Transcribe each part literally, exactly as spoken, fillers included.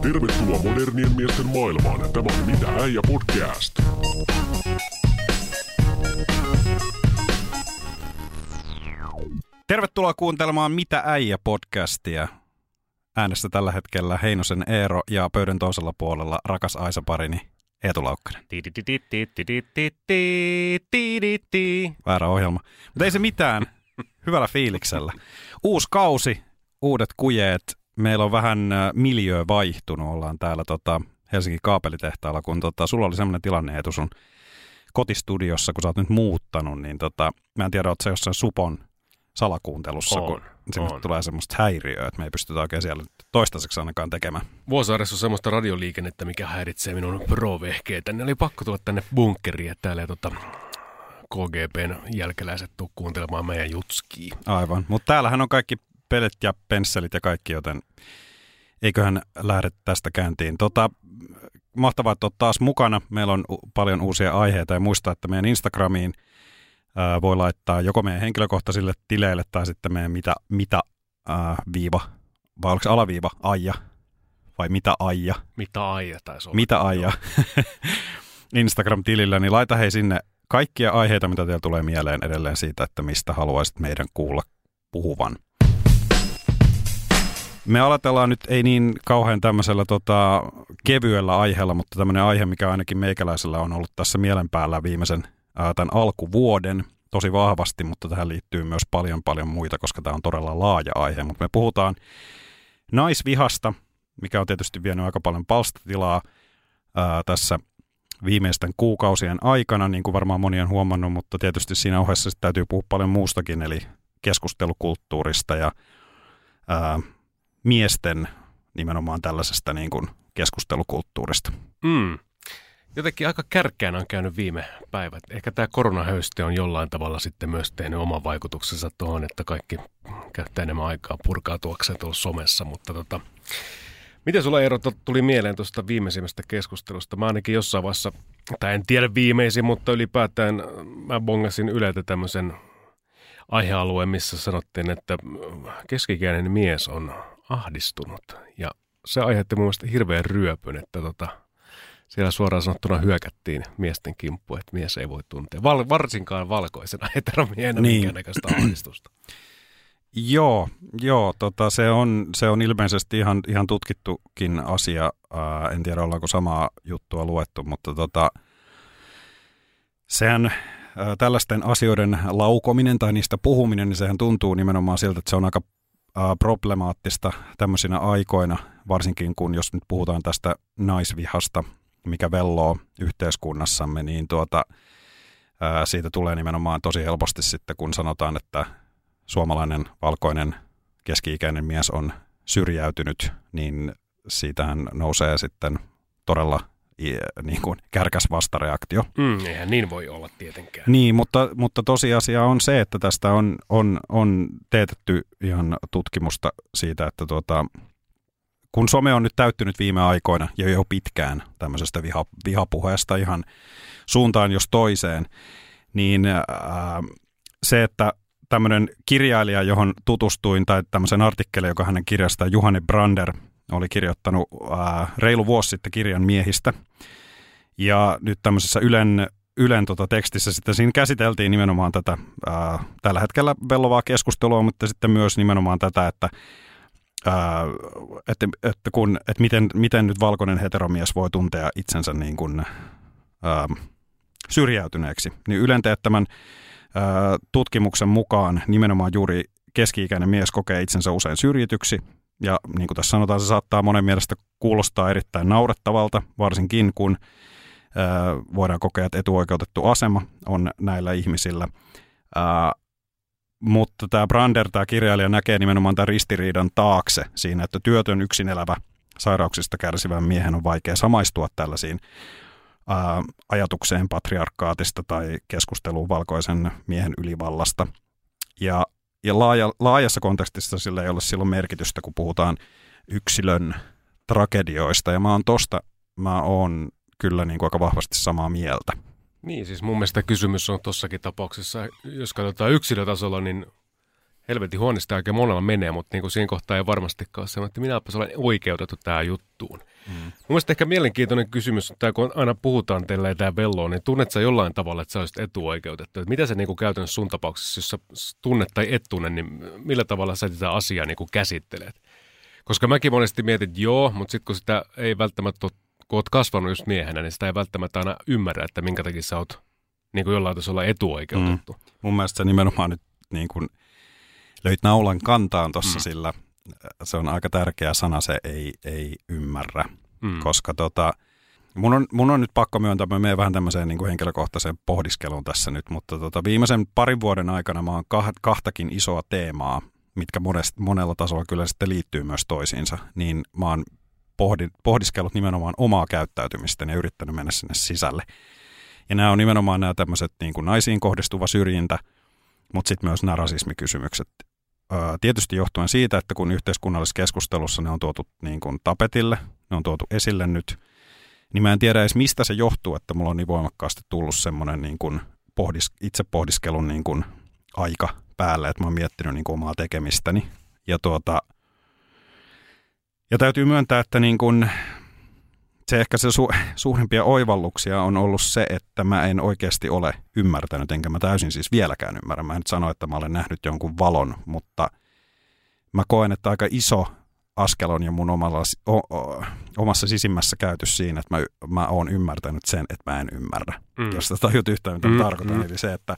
Tervetuloa modernien miesten maailmaan. Tämä on Mitä äijä podcast. Tervetuloa kuuntelemaan Mitä äijä podcastia. Äänessä tällä hetkellä Heinosen Eero ja pöydän toisella puolella rakas Aisa-parini Eetu Laukkanen. Väärä ohjelma. Mutta ei se mitään. Hyvällä fiiliksellä. Uusi kausi, uudet kujeet. Meillä on vähän miljöö vaihtunut. Ollaan täällä tota Helsingin kaapelitehtaalla, kun tota, sulla oli sellainen tilanne, Eetu, sun kotistudiossa, kun sä oot nyt muuttanut, niin tota, mä en tiedä, oot sä jossain Supon salakuuntelussa, on, kun sinne tulee semmoista häiriöä, että me ei pystytä oikein siellä toistaiseksi ainakaan tekemään. Vuosaaressa on semmoista radioliikennettä, mikä häiritsee minun pro-vehkeitä. Ne oli pakko tulla tänne bunkkeriin, että täällä ei tota K G P:n jälkeläiset tuu kuuntelemaan meidän jutskiin. Aivan, mutta täällähän on kaikki pelit ja pensselit ja kaikki, joten eiköhän lähde tästä käyntiin. Tota, mahtavaa, että oot taas mukana. Meillä on paljon uusia aiheita ja muista, että meidän Instagramiin ää, voi laittaa joko meidän henkilökohtaisille tileille tai sitten meidän mitä, mitä ää, viiva, vai oliko se alaviiva aija vai mitä aija? Mitä aija taisi olla. Mitä aija Instagram-tilillä, niin laita hei sinne kaikkia aiheita, mitä teillä tulee mieleen edelleen siitä, että mistä haluaisit meidän kuulla puhuvan. Me aloitellaan nyt ei niin kauhean tämmöisellä tota, kevyellä aiheella, mutta tämmöinen aihe, mikä ainakin meikäläisellä on ollut tässä mielen päällä viimeisen ää, tämän alkuvuoden tosi vahvasti, mutta tähän liittyy myös paljon paljon muita, koska tämä on todella laaja aihe. Mutta me puhutaan naisvihasta, mikä on tietysti vienyt aika paljon palstatilaa ää, tässä viimeisten kuukausien aikana, niin kuin varmaan moni on huomannut, mutta tietysti siinä ohessa täytyy puhua paljon muustakin, eli keskustelukulttuurista ja ää, miesten nimenomaan tällaisesta niin kuin keskustelukulttuurista. Mm. Jotenkin aika kärkkäänä on käynyt viime päivät. Ehkä tämä koronahöyste on jollain tavalla sitten myös tehnyt oman vaikutuksensa tuohon, että kaikki käyttää enemmän aikaa purkautuakseen tuolla somessa. Mutta tota, miten sulla, Eero, tuli mieleen tuosta viimeisimmästä keskustelusta? Mä ainakin jossain vaiheessa, tai en tiedä viimeisin, mutta ylipäätään mä bongasin Yleltä tämmöisen aihealueen, missä sanottiin, että keski-ikäinen mies on ahdistunut. Ja se aiheutti mun mielestä hirveän ryöpyn, että tota, siellä suoraan sanottuna hyökättiin miesten kimppuun, että mies ei voi tuntea. Val, varsinkaan valkoisena heteromiehenä niin. Minkäännäköistä ahdistusta. Joo, joo tota, se, on, se on ilmeisesti ihan, ihan tutkittukin asia. Ää, en tiedä, ollaanko samaa juttua luettu, mutta tota, sehän ää, tällaisten asioiden laukominen tai niistä puhuminen, niin sehän tuntuu nimenomaan siltä, että se on aika ää, problemaattista tämmöisinä aikoina, varsinkin kun jos nyt puhutaan tästä naisvihasta, mikä velloo yhteiskunnassamme, niin tuota, ää, siitä tulee nimenomaan tosi helposti sitten, kun sanotaan, että suomalainen valkoinen keski-ikäinen mies on syrjäytynyt, niin siitähän nousee sitten todella niin kuin kärkäs vastareaktio. Mm, eihän niin voi olla tietenkään. Niin, mutta, mutta tosiasia on se, että tästä on, on, on teetetty ihan tutkimusta siitä, että tuota, kun some on nyt täyttynyt viime aikoina ja jo pitkään tämmöisestä viha, vihapuheesta ihan suuntaan jos toiseen, niin ää, se, että tämmöinen kirjailija, johon tutustuin, tai tämmöisen artikkelin, joka hänen kirjastaan Juhani Brander oli kirjoittanut ää, reilu vuosi sitten kirjan miehistä. Ja nyt tämmöisessä Ylen, Ylen tota tekstissä sitten siinä käsiteltiin nimenomaan tätä ää, tällä hetkellä vellovaa keskustelua, mutta sitten myös nimenomaan tätä, että, ää, että, että, kun, että miten, miten nyt valkoinen heteromies voi tuntea itsensä niin kuin, ää, syrjäytyneeksi. Niin Ylen teettämän tutkimuksen mukaan nimenomaan juuri keski-ikäinen mies kokee itsensä usein syrjityksi. Ja niin kuin tässä sanotaan, se saattaa monen mielestä kuulostaa erittäin naurettavalta, varsinkin kun ää, voidaan kokea, että etuoikeutettu asema on näillä ihmisillä. Ää, mutta tämä Brander, tämä kirjailija, näkee nimenomaan tämän ristiriidan taakse siinä, että työtön yksin elävä sairauksista kärsivän miehen on vaikea samaistua tällaisiin Ää, ajatukseen patriarkaatista tai keskusteluun valkoisen miehen ylivallasta. Ja, ja laaja, laajassa kontekstissa sillä ei ole silloin merkitystä, kun puhutaan yksilön tragedioista. Ja mä oon tosta, mä oon kyllä niin kuin aika vahvasti samaa mieltä. Niin, siis mun mielestä kysymys on tossakin tapauksessa, jos katsotaan yksilötasolla, niin helvetin huoneesta aika monella menee, mutta niin kuin siinä kohtaa ei varmastikaan ole sellainen, että minäpäs olen oikeutettu tähän juttuun. Mm. Mun mielestä ehkä mielenkiintoinen kysymys on tämä, kun aina puhutaan teille ja tämä velloon, niin tunnet sä jollain tavalla, että sä olisit etuoikeutettu? Että mitä se niin kuin käytännössä sun tapauksessa, jos sä tunnet tai et tunne, niin millä tavalla sä tätä asiaa niin kuin käsittelet? Koska mäkin monesti mietin, että joo, mutta sitten kun sitä ei välttämättä ole, kun oot kasvanut just miehenä, niin sitä ei välttämättä aina ymmärrä, että minkä takia sä oot niin kuin jollain tasolla etuoikeutettu. Mm. Mun mielestä se nimenomaan nyt niin kuin löit naulan kantaan tuossa, mm. sillä se on aika tärkeä sana, se ei, ei ymmärrä. Mm. Koska tota, mun, on, mun on nyt pakko myöntää, mä menen vähän tämmöiseen niin kuin henkilökohtaiseen pohdiskeluun tässä nyt, mutta tota, viimeisen parin vuoden aikana mä oon kah, kahtakin isoa teemaa, mitkä monest, monella tasolla kyllä sitten liittyy myös toisiinsa, niin mä oon pohdi, pohdiskellut nimenomaan omaa käyttäytymistä ja yrittänyt mennä sinne sisälle. Ja nämä on nimenomaan nämä tämmöiset niin kuin naisiin kohdistuva syrjintä, mutta sitten myös nämä rasismikysymykset. Öö, tietysti johtuen siitä, että kun yhteiskunnallisessa keskustelussa ne on tuotu niin kuin tapetille, ne on tuotu esille nyt, niin mä en tiedä edes mistä se johtuu, että mulla on niin voimakkaasti tullut semmoinen niin kuin pohdis, itse pohdiskelun niin kuin aika päälle, että mä oon miettinyt niin kuin omaa tekemistäni. Ja, tuota, ja täytyy myöntää, että niin kuin se ehkä se su, suurimpia oivalluksia on ollut se, että mä en oikeasti ole ymmärtänyt, enkä mä täysin siis vieläkään ymmärrä. Mä en nyt sano, että mä olen nähnyt jonkun valon, mutta mä koen, että aika iso askel on jo mun omalla, o, o, omassa sisimmässä käytössä siinä, että mä, mä oon ymmärtänyt sen, että mä en ymmärrä. Mm. Jos sä tajut yhtään, mitä mm. tarkoitan. Mm. Eli se, että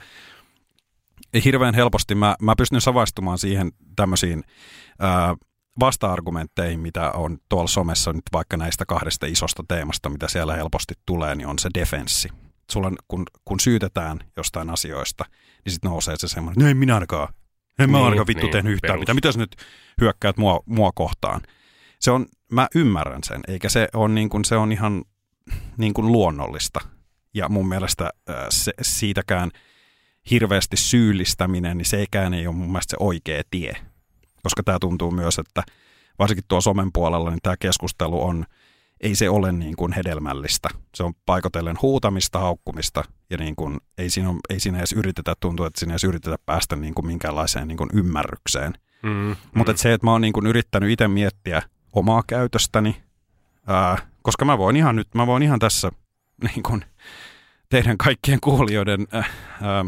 hirveän helposti mä, mä pystyn savaistumaan siihen tämmöisiin ää, vasta-argumentteihin, mitä on tuolla somessa nyt vaikka näistä kahdesta isosta teemasta, mitä siellä helposti tulee, niin on se defenssi. Sulla, kun, kun syytetään jostain asioista, niin sitten nousee se semmoinen, no ei minä ainakaan, en mä niin, ainakaan vittu niin, tehnyt yhtään perus. Mitä. Mitä sä nyt hyökkäät mua, mua kohtaan? Se on, mä ymmärrän sen, eikä se on, niin kuin, se on ihan niin kuin luonnollista. Ja mun mielestä se, siitäkään hirveästi syyllistäminen, niin sekään ei ole mun mielestä se oikea tie. Koska tämä tuntuu myös, että varsinkin tuo somen puolella, niin tämä keskustelu on, ei se ole niin kuin hedelmällistä. Se on paikotellen huutamista, haukkumista, ja niin kuin, ei, siinä ole, ei siinä edes yritetä, tuntuu, että siinä edes yritetä päästä niin kuin minkäänlaiseen niin kuin ymmärrykseen. Mm, Mutta mm. se, että mä oon niin kuin yrittänyt itse miettiä omaa käytöstäni, ää, koska mä voin ihan nyt, mä voin ihan tässä niin kuin teidän kaikkien kuulijoiden ää, ää,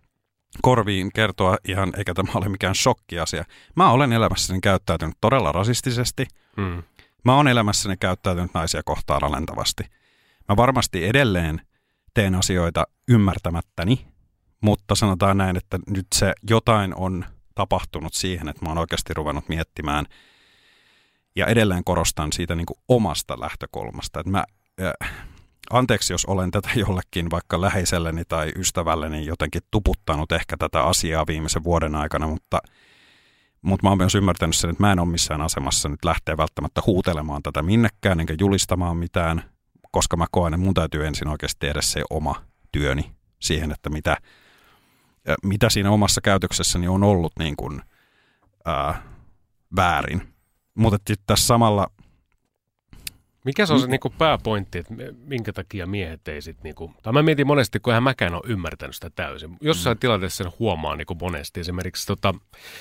korviin kertoa ihan, eikä tämä ole mikään shokkiasia. Mä olen elämässäni käyttäytynyt todella rasistisesti. Mm. Mä olen elämässäni käyttäytynyt naisia kohtaan alentavasti. Mä varmasti edelleen teen asioita ymmärtämättäni, mutta sanotaan näin, että nyt se jotain on tapahtunut siihen, että mä oon oikeasti ruvennut miettimään ja edelleen korostan siitä niin kuin omasta lähtökulmasta. Että mä, äh, anteeksi, jos olen tätä jollekin vaikka läheiselleni tai ystävälleni jotenkin tuputtanut ehkä tätä asiaa viimeisen vuoden aikana, mutta, mutta mä oon myös ymmärtänyt sen, että mä en ole missään asemassa nyt lähteä välttämättä huutelemaan tätä minnekään enkä julistamaan mitään, koska mä koen, että mun täytyy ensin oikeasti tehdä se oma työni siihen, että mitä, mitä siinä omassa käytöksessäni on ollut niin kuin, ää, väärin. Mutta tässä samalla... Mikä se on se mm. niinku pääpointti, että minkä takia miehet ei sit niinku... Tai mä mietin monesti, kun eihän mäkään ole ymmärtänyt sitä täysin. Jossain mm. tilanteessa sen huomaa niinku monesti. Esimerkiksi tota,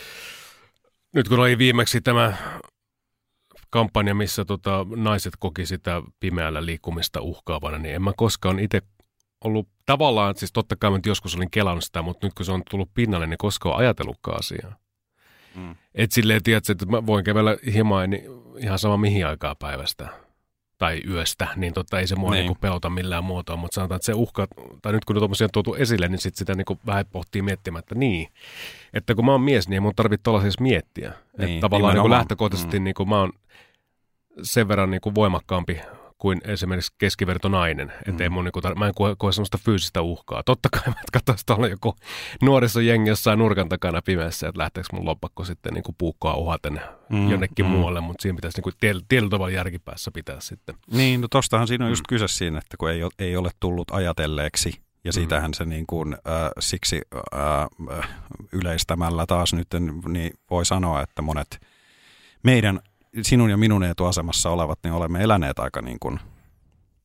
nyt kun oli viimeksi tämä kampanja, missä tota, naiset koki sitä pimeällä liikkumista uhkaavana, niin en mä koskaan itse ollut tavallaan, siis totta kai mä joskus olin kelannut sitä, mutta nyt kun se on tullut pinnalle, niin koskaan ajatellutkaan asiaa. Mm. Et silleen, tiedätkö, että mä voin kävellä himaan niin ihan sama mihin aikaa päivästä tai yöstä, niin totta ei se mua niin. niinku pelota millään muotoa, mutta sanotaan, että se uhka, tai nyt kun ne tuommoisia on tuotu esille, niin sitten sitä niinku vähän pohtii miettimättä niin, että kun mä oon mies, niin ei mun tarvitse tuollaisessa miettiä. Niin, että tavallaan niinku lähtökohtaisesti mm. niinku mä oon sen verran niinku voimakkaampi kuin esimerkiksi keskivertonainen. Mm. Että ei mun niinku tar- mä en koe, koe sellaista fyysistä uhkaa. Totta kai mä katsoisin tuolla joku nuorisojengi jossain nurkan takana pimeässä, että lähteekö mun lompakko sitten niinku puukkoa uhaten mm. jonnekin mm. muualle, mutta siinä pitäisi niinku tiel- tietyllä tavalla järkipäässä pitää sitten. Niin, no tostahan siinä on just mm. kyse siinä, että kun ei ole, ei ole tullut ajatelleeksi, ja siitähän mm. se niin kuin, äh, siksi äh, yleistämällä taas nyt niin voi sanoa, että monet meidän sinun ja minun etuasemassa olevat, niin olemme eläneet aika niin kuin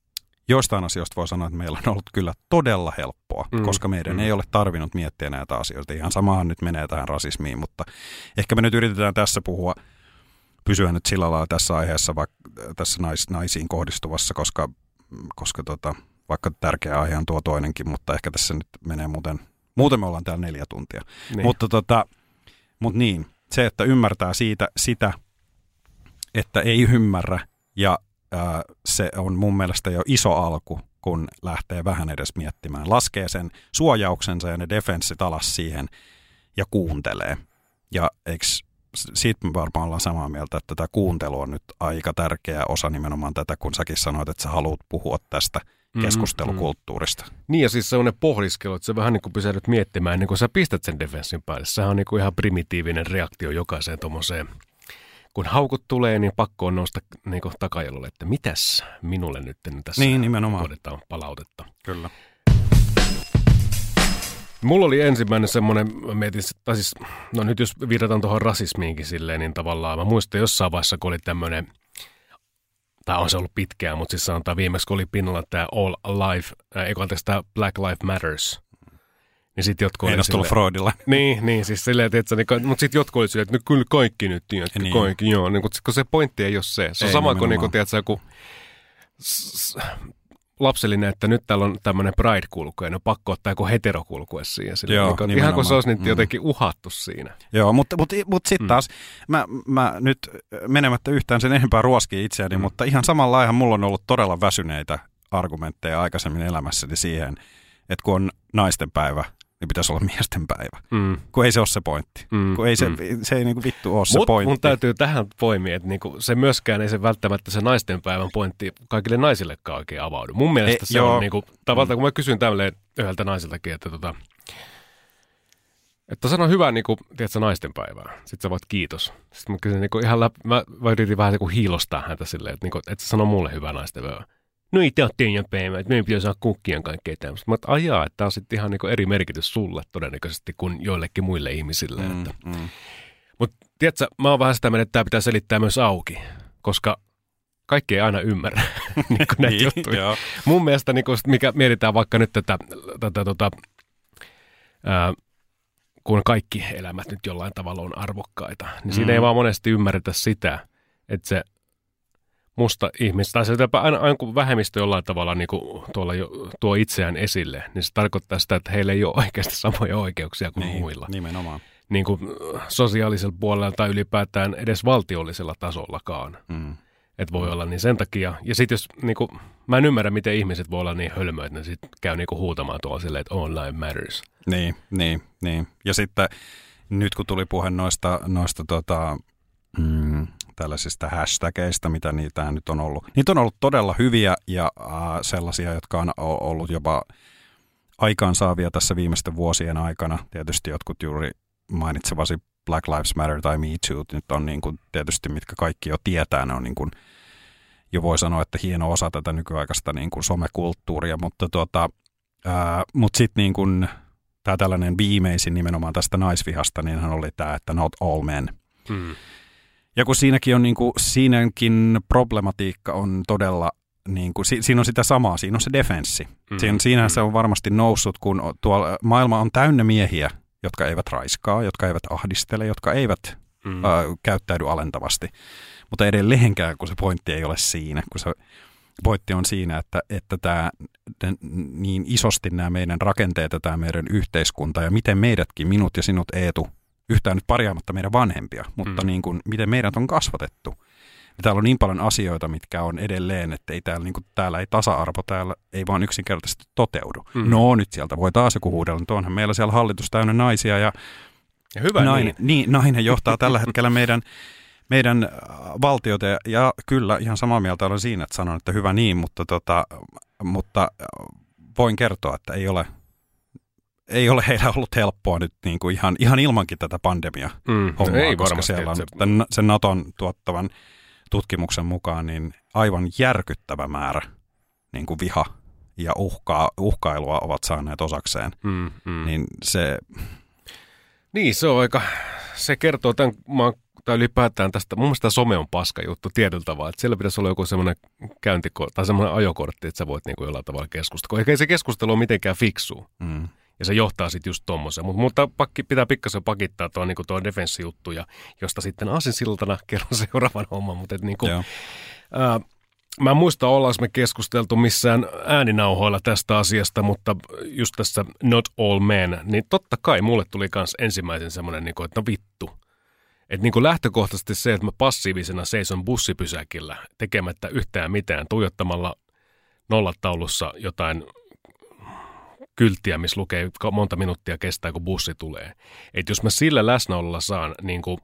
joistain asioista voi sanoa, että meillä on ollut kyllä todella helppoa, mm, koska meidän mm. ei ole tarvinnut miettiä näitä asioita. Ihan samahan nyt menee tähän rasismiin, mutta ehkä me nyt yritetään tässä puhua, pysyä nyt sillä lailla tässä aiheessa, vaikka tässä nais, naisiin kohdistuvassa, koska, koska tota, vaikka tärkeä aihe on tuo toinenkin, mutta ehkä tässä nyt menee muuten, muuten me ollaan täällä neljä tuntia. Niin. Mutta, tota, mutta niin, se, että ymmärtää siitä sitä, että ei ymmärrä ja ää, se on mun mielestä jo iso alku, kun lähtee vähän edes miettimään. Laskee sen suojauksensa ja ne defenssit alas siihen ja kuuntelee. Ja eikö siitä me varmaan ollaan samaa mieltä, että tämä kuuntelu on nyt aika tärkeä osa nimenomaan tätä, kun säkin sanoit, että sä haluat puhua tästä keskustelukulttuurista. Mm, mm. Niin ja siis sellainen pohdiskelu, että sä vähän niin kuin pysähdyt miettimään, niin kun sä pistät sen defenssin päälle. Sehän on niin kuin ihan primitiivinen reaktio jokaiseen tuommoiseen. Kun haukut tulee, niin pakko on nousta niin kuin takajalolle, että mitäs minulle nyt tässä niin, nimenomaan. Todetaan palautetta. Kyllä. Mulla oli ensimmäinen semmoinen, mietin, tai siis, no nyt jos viitataan tuohon rasismiinkin silleen, niin tavallaan mä muistan jossain vaiheessa, kun oli tämmöinen, tai on se ollut pitkään, mutta siis sanotaan viimeksi, kun oli pinnalla tämä All Life, äh, eikö anteeksi tämä Black Lives Matters. Niin sit jotkut ei oli silleen, Freudilla. Niin, niin, siis silleen, että niin, mutta sitten jotkut oli silleen, että kyllä kaikki nyt, tiedätkö, niin. kaikki, joo. Niin, kun se pointti ei ole se. Se on ei, sama kuin, niin kuin tiedätkö, joku s- lapsellinen, että nyt täällä on tämmöinen Pride-kulku, ja ne on pakko ottaa joku heterokulkue siihen. Joo, niin, ihan kun se olisi mm. jotenkin uhattu siinä. Joo, mutta, mutta, mutta sitten mm. taas, mä, mä nyt menemättä yhtään sen enempää ruoskiin itseäni, mm. mutta ihan samalla laihan mulla on ollut todella väsyneitä argumentteja aikaisemmin elämässäni siihen, että kun on naisten päivä, niin pitäisi olla miesten päivä. Mm. Kun ei se ole se pointti. Mm. Kun ei se, mm. se ei niinku vittu ole se Mut, pointti. Mun täytyy tähän poimia, että niinku se myöskään ei se välttämättä se naisten päivän pointti kaikille naisillekaan oikein avaudu. Mun mielestä ei, se joo. on niinku, tavallaan, mm. kun mä kysyn tälleen yhdeltä naisiltakin, että tota, että sano hyvää niinku, tiedätkö, naisten päivää. Sitten sä voit kiitos. Sitten mä kysyn niinku ihan läpi, mä, mä yritin vähän niinku hiilostaa häntä silleen, että, niinku, että sano mulle hyvää naisten päivää. No ei tää ole teidän päivä, että meidän pitäisi saada kukkien kaikkea tämmöistä. Mä oon, ajaa, että tää on sitten ihan niinku eri merkitys sulle todennäköisesti kuin joillekin muille ihmisille. Mm, että. Mm. Mutta tiedätkö, mä oon vähän sitä mieltä, että tää pitää selittää myös auki, koska kaikki ei aina ymmärrä niin näitä niin, juttuja. Mun mielestä, niin kun, mikä mietitään vaikka nyt tätä, tätä tota, ää, kun kaikki elämät nyt jollain tavalla on arvokkaita, niin mm. siinä ei vaan monesti ymmärretä sitä, että se musta ihmistä, tai se aina, aina kun vähemmistö jollain tavalla niin kuin tuolla jo, tuo itseään esille, niin se tarkoittaa sitä, että heillä ei ole oikeasti samoja oikeuksia kuin niin, muilla. Nimenomaan. Niin kuin sosiaalisella puolella tai ylipäätään edes valtiollisella tasollakaan. Mm. Että voi olla niin sen takia. Ja sitten jos, niin kuin, mä en ymmärrä, miten ihmiset voi olla niin hölmöä, että ne sitten käy niin kuin huutamaan tuolla silleen, että all life matters. Niin, niin, niin. Ja sitten nyt kun tuli puhe noista, noista tota, mm, tällaisista hashtageista, mitä niitä nyt on ollut. Niitä on ollut todella hyviä ja äh, sellaisia, jotka on ollut jopa aikaansaavia tässä viimeisten vuosien aikana. Tietysti jotkut juuri mainitsevasi Black Lives Matter tai Me Too nyt on niin kuin tietysti, mitkä kaikki jo tietää, ne on niin kuin, jo voi sanoa, että hieno osa tätä nykyaikaista niin kuin somekulttuuria, mutta tuota, ää, mut sitten niin kuin tämä tällainen viimeisin nimenomaan tästä naisvihasta, niin hän oli tämä, että not all men. Hmm. Ja kun siinäkin on niin kuin, siinäkin problematiikka on todella, niin kuin, si, siinä on sitä samaa, siinä on se defenssi. Hmm. Siin, siinähän hmm. se on varmasti noussut, kun tuolla maailma on täynnä miehiä, jotka eivät raiskaa, jotka eivät ahdistele, jotka eivät mm. ä, käyttäydy alentavasti. Mutta edelleenkään, kun se pointti ei ole siinä, kun se pointti on siinä, että, että tämä, niin isosti nämä meidän rakenteet ja tämä meidän yhteiskunta ja miten meidätkin, minut ja sinut Eetu, yhtään nyt parjaamatta meidän vanhempia, mutta mm. niin kuin, miten meidät on kasvatettu. Ja täällä on niin paljon asioita, mitkä on edelleen, että ei täällä, niin kuin, täällä ei tasa-arvo, täällä ei vaan yksinkertaisesti toteudu. Mm. No nyt sieltä voi taas joku huudella, mutta onhan meillä siellä hallitus täynnä naisia ja, ja hyvä nainen, niin. Niin, nainen johtaa tällä hetkellä meidän, meidän valtiota ja, ja kyllä ihan samaa mieltä olen siinä, että sanon, että hyvä niin, mutta, tota, mutta voin kertoa, että ei ole, ei ole heillä ollut helppoa nyt niin kuin ihan, ihan ilmankin tätä pandemia-hommaa, mm. ei koska siellä on se... sen Naton tuottavan tutkimuksen mukaan niin aivan järkyttävä määrä niin kuin viha ja uhkaa, uhkailua ovat saaneet osakseen. Mm, mm. Niin se... Niin, se on aika... Se kertoo tämän... Mä oon tai ylipäätään tästä, mun mielestä some on paska juttu tietyllä tavalla, että siellä pitäisi olla joku semmoinen käyntikortti tai semmoinen ajokortti, että sä voit niin kuin jollain tavalla keskustella. Eikä se keskustelu ole mitenkään fiksua. Mm. Ja se johtaa sitten just tommoseen. Mutta mutta pakki, pitää pikkasen pakittaa tuo niin tuo defenssijuttu, ja josta sitten aasinsiltana kerron seuraavan homman. Mutta niin kuin, ää, mä en muista, ollaanko me keskusteltu missään ääninauhoilla tästä asiasta, mutta just tässä Not All Men, niin totta kai mulle tuli kans ensimmäisen semmoinen, niin kuin, että no vittu. Että niin kuin lähtökohtaisesti se, että mä passiivisena seison bussipysäkillä tekemättä yhtään mitään, tuijottamalla nollataulussa jotain kylttiä, missä lukee monta minuuttia kestää, kun bussi tulee. Että jos mä sillä läsnäololla saan niin kuin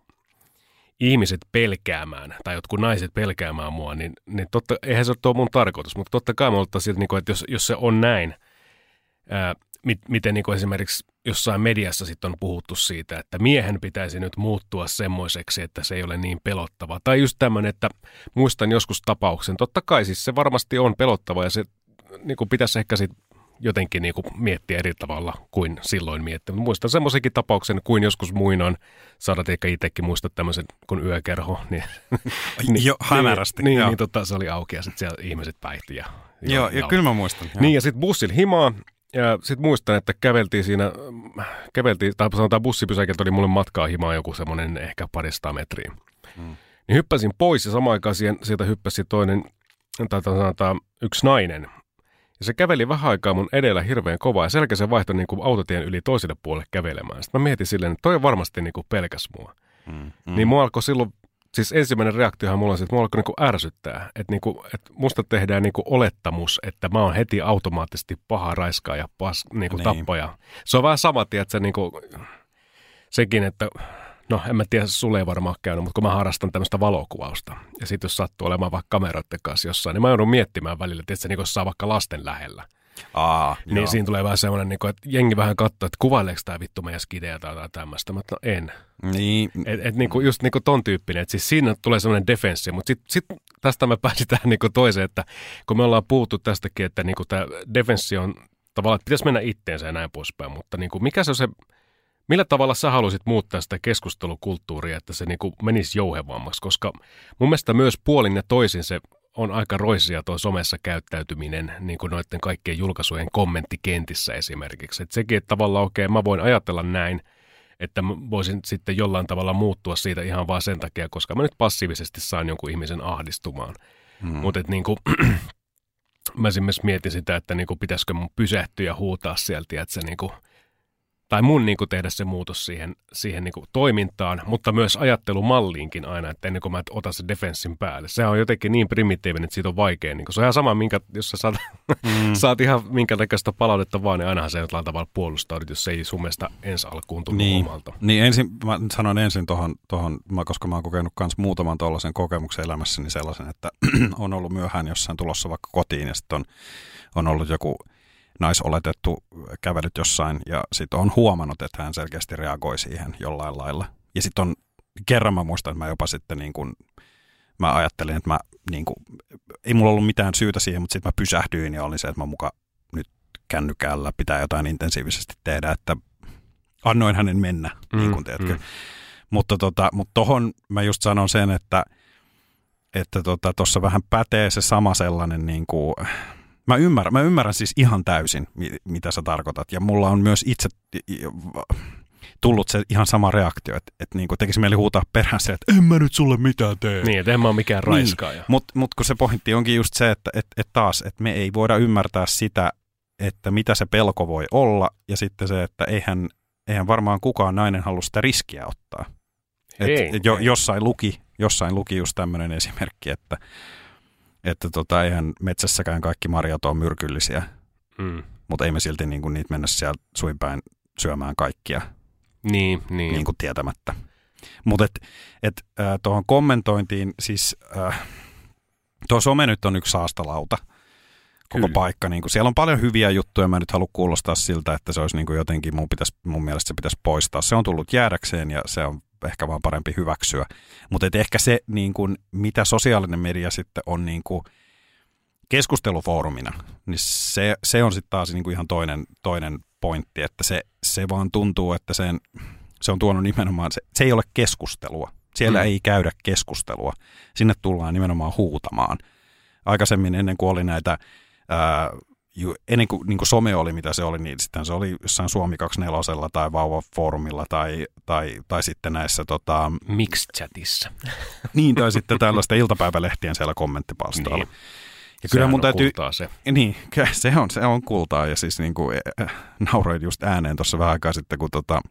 ihmiset pelkäämään, tai jotkut naiset pelkäämään mua, niin, niin totta, eihän se ole mun tarkoitus, mutta totta kai mä oltaan siltä, niin että jos, jos se on näin, ää, mit, miten niin kuin esimerkiksi jossain mediassa sitten on puhuttu siitä, että miehen pitäisi nyt muuttua semmoiseksi, että se ei ole niin pelottava. Tai just tämmöinen, että muistan joskus tapauksen, totta kai siis se varmasti on pelottava, ja se niin kuin pitäisi ehkä sitten jotenkin niin kuin miettiä eri tavalla kuin silloin miettiä. Muistan semmoisenkin tapauksen kuin joskus muinoin, saadat ehkä itsekin muistaa tämmöisen kuin yökerho. Niin, niin, jo, hämärästi. Niin, niin, niin tota, se oli auki ja sitten siellä ihmiset päihti. Ja, joo, ja, ja kyllä mä muistan. Joo. Niin ja sitten bussilla himaa ja sitten muistan, että käveltiin siinä, käveltiin, tai sanotaan bussipysäkiltä oli mulle matkaa himaa joku semmoinen ehkä parista metriä. Hmm. Niin hyppäsin pois ja samaan aikaan sieltä hyppäsi toinen, tai sanotaan yksi nainen. Ja se käveli vähän aikaa mun edellä hirveän kovaa ja selkeä se vaihtoi niin kuin autotien yli toiselle puolelle kävelemään. Sitten mä mietin silleen, että toi varmasti niin kuin pelkäs mua. Mm, mm. Niin mua alkoi silloin, siis ensimmäinen reaktiohan mulla on se, että mua alkoi niin kuin ärsyttää. Että, niin kuin, että musta tehdään niin kuin olettamus, että mä oon heti automaattisesti paha raiskaa ja pas, niin kuin niin. tappaja. Se on vähän sama, että niin kuin, sekin, että no en mä tiedä, sulle ei varmaan käynyt, mutta kun mä harrastan tämmöistä valokuvausta. Ja sitten jos sattuu olemaan vaikka kameroiden kanssa jossain, niin mä joudun miettimään välillä, että se niin saa vaikka lasten lähellä. Aa, niin joo. Siinä tulee vähän semmoinen, että jengi vähän katsoo, että kuvaileeko tämä vittu meidän skidejä tai jotain tämmöistä. Mutta no en. Niin. Et, et niinku, just niinku ton tyyppinen. Et siis siinä tulee semmoinen defenssi. Mutta sitten sit tästä me pääsitään niinku toiseen, että kun me ollaan puhuttu tästäkin, että niinku tämä defenssi on tavallaan, että pitäisi mennä itteensä ja näin poispäin. Mutta niinku, mikä se on se... Millä tavalla sä haluaisit muuttaa sitä keskustelukulttuuria, että se niinku menisi jouhevammaksi? Koska mun mielestä myös puolin ja toisin se on aika roisia tuo somessa käyttäytyminen, niin kuin noiden kaikkien julkaisujen kommenttikentissä esimerkiksi. Että sekin, että tavallaan okei, okay, mä voin ajatella näin, että mä voisin sitten jollain tavalla muuttua siitä ihan vaan sen takia, koska mä nyt passiivisesti saan jonkun ihmisen ahdistumaan. Hmm. Mutta niinku, mä esimerkiksi mietin sitä, että niinku, pitäisikö mun pysähtyä ja huutaa sieltä, että se niinku... Tai mun niin kuin tehdä se muutos siihen, siihen niin kuin toimintaan, mutta myös ajattelumalliinkin aina, että ennen kuin mä otan sen defenssin päälle. Se on jotenkin niin primitiivinen, että siitä on vaikea. Niin se on ihan sama, minkä, jos sä saat, mm. saat ihan minkä näköistä palautetta vaan, niin ainahan se jollain tavalla puolustaudut, jos se ei sun mielestä ensi alkuun tullut niin. omalta. Niin ensin, mä sanon ensin tuohon, tohon, koska mä oon kokenut myös muutaman tuollaisen kokemuksen elämässäni sellaisen, että on ollut myöhään jossain tulossa vaikka kotiin ja sitten on, on ollut joku... naisoletettu kävelyt jossain ja sitten on huomannut, että hän selkeästi reagoi siihen jollain lailla. Ja sitten on, kerran mä muistan, että mä jopa sitten niin kuin, mä ajattelin, että mä niin kuin, ei mulla ollut mitään syytä siihen, mutta sitten mä pysähdyin ja olin se, että mä muka nyt kännykällä pitää jotain intensiivisesti tehdä, että annoin hänen mennä, mm, niin kuin teetkö. Mm. Mutta tota, mutta tohon mä just sanon sen, että että tota, tossa vähän pätee se sama sellainen niin kuin, Mä ymmärrän, mä ymmärrän siis ihan täysin, mitä sä tarkoitat. Ja mulla on myös itse tullut se ihan sama reaktio, että, että niin tekisi mieli huutaa perään se, että en mä nyt sulle mitään tee. Niin, että en mä ole mikään raiskaaja. Niin, mutta mut kun se pointti onkin just se, että, että, että taas, että me ei voida ymmärtää sitä, että mitä se pelko voi olla. Ja sitten se, että eihän, eihän varmaan kukaan nainen halua sitä riskiä ottaa. Ei, et jo, ei. Jossain, luki, jossain luki just tämmöinen esimerkki, että Että tota, eihän metsässäkään kaikki marjat ole myrkyllisiä, mm. mutta ei me silti niin kuin, niitä mennä siellä suinpäin syömään kaikkia niin, niin. Niin kuin tietämättä. Mutta et, et, äh, tuohon kommentointiin, siis äh, tuo some nyt on yksi saastalauta, koko Kyllä. paikka. Niin kuin, siellä on paljon hyviä juttuja, mä nyt haluan kuulostaa siltä, että se olisi niin kuin jotenkin, mun, pitäisi, mun mielestä se pitäisi poistaa. Se on tullut jäädäkseen ja se on ehkä vaan parempi hyväksyä. Mutta ehkä se, niin kuin, mitä sosiaalinen media sitten on niin kuin keskustelufoorumina, niin se, se on sitten taas niin kuin ihan toinen, toinen pointti, että se, se vaan tuntuu, että sen, se on tuonut nimenomaan, se, se ei ole keskustelua. Siellä mm. ei käydä keskustelua. Sinne tullaan nimenomaan huutamaan. Aikaisemmin ennen kuin oli näitä, ää, ju, ennen kuin, niin kuin some oli mitä se oli, niin sitten se oli jossain Suomi kaksikymmentäneljä tai Vauva-foorumilla tai, tai, tai sitten näissä tota, Mixed-chatissa. Niin, tai sitten tällaista iltapäivälehtien siellä kommenttipalstoilla. Niin. Ja kyllä mun täytyy, kultaa se. Niin, se on, se on kultaa ja siis niin kuin, äh, nauroin just ääneen tuossa vähän aikaa sitten, kun tota,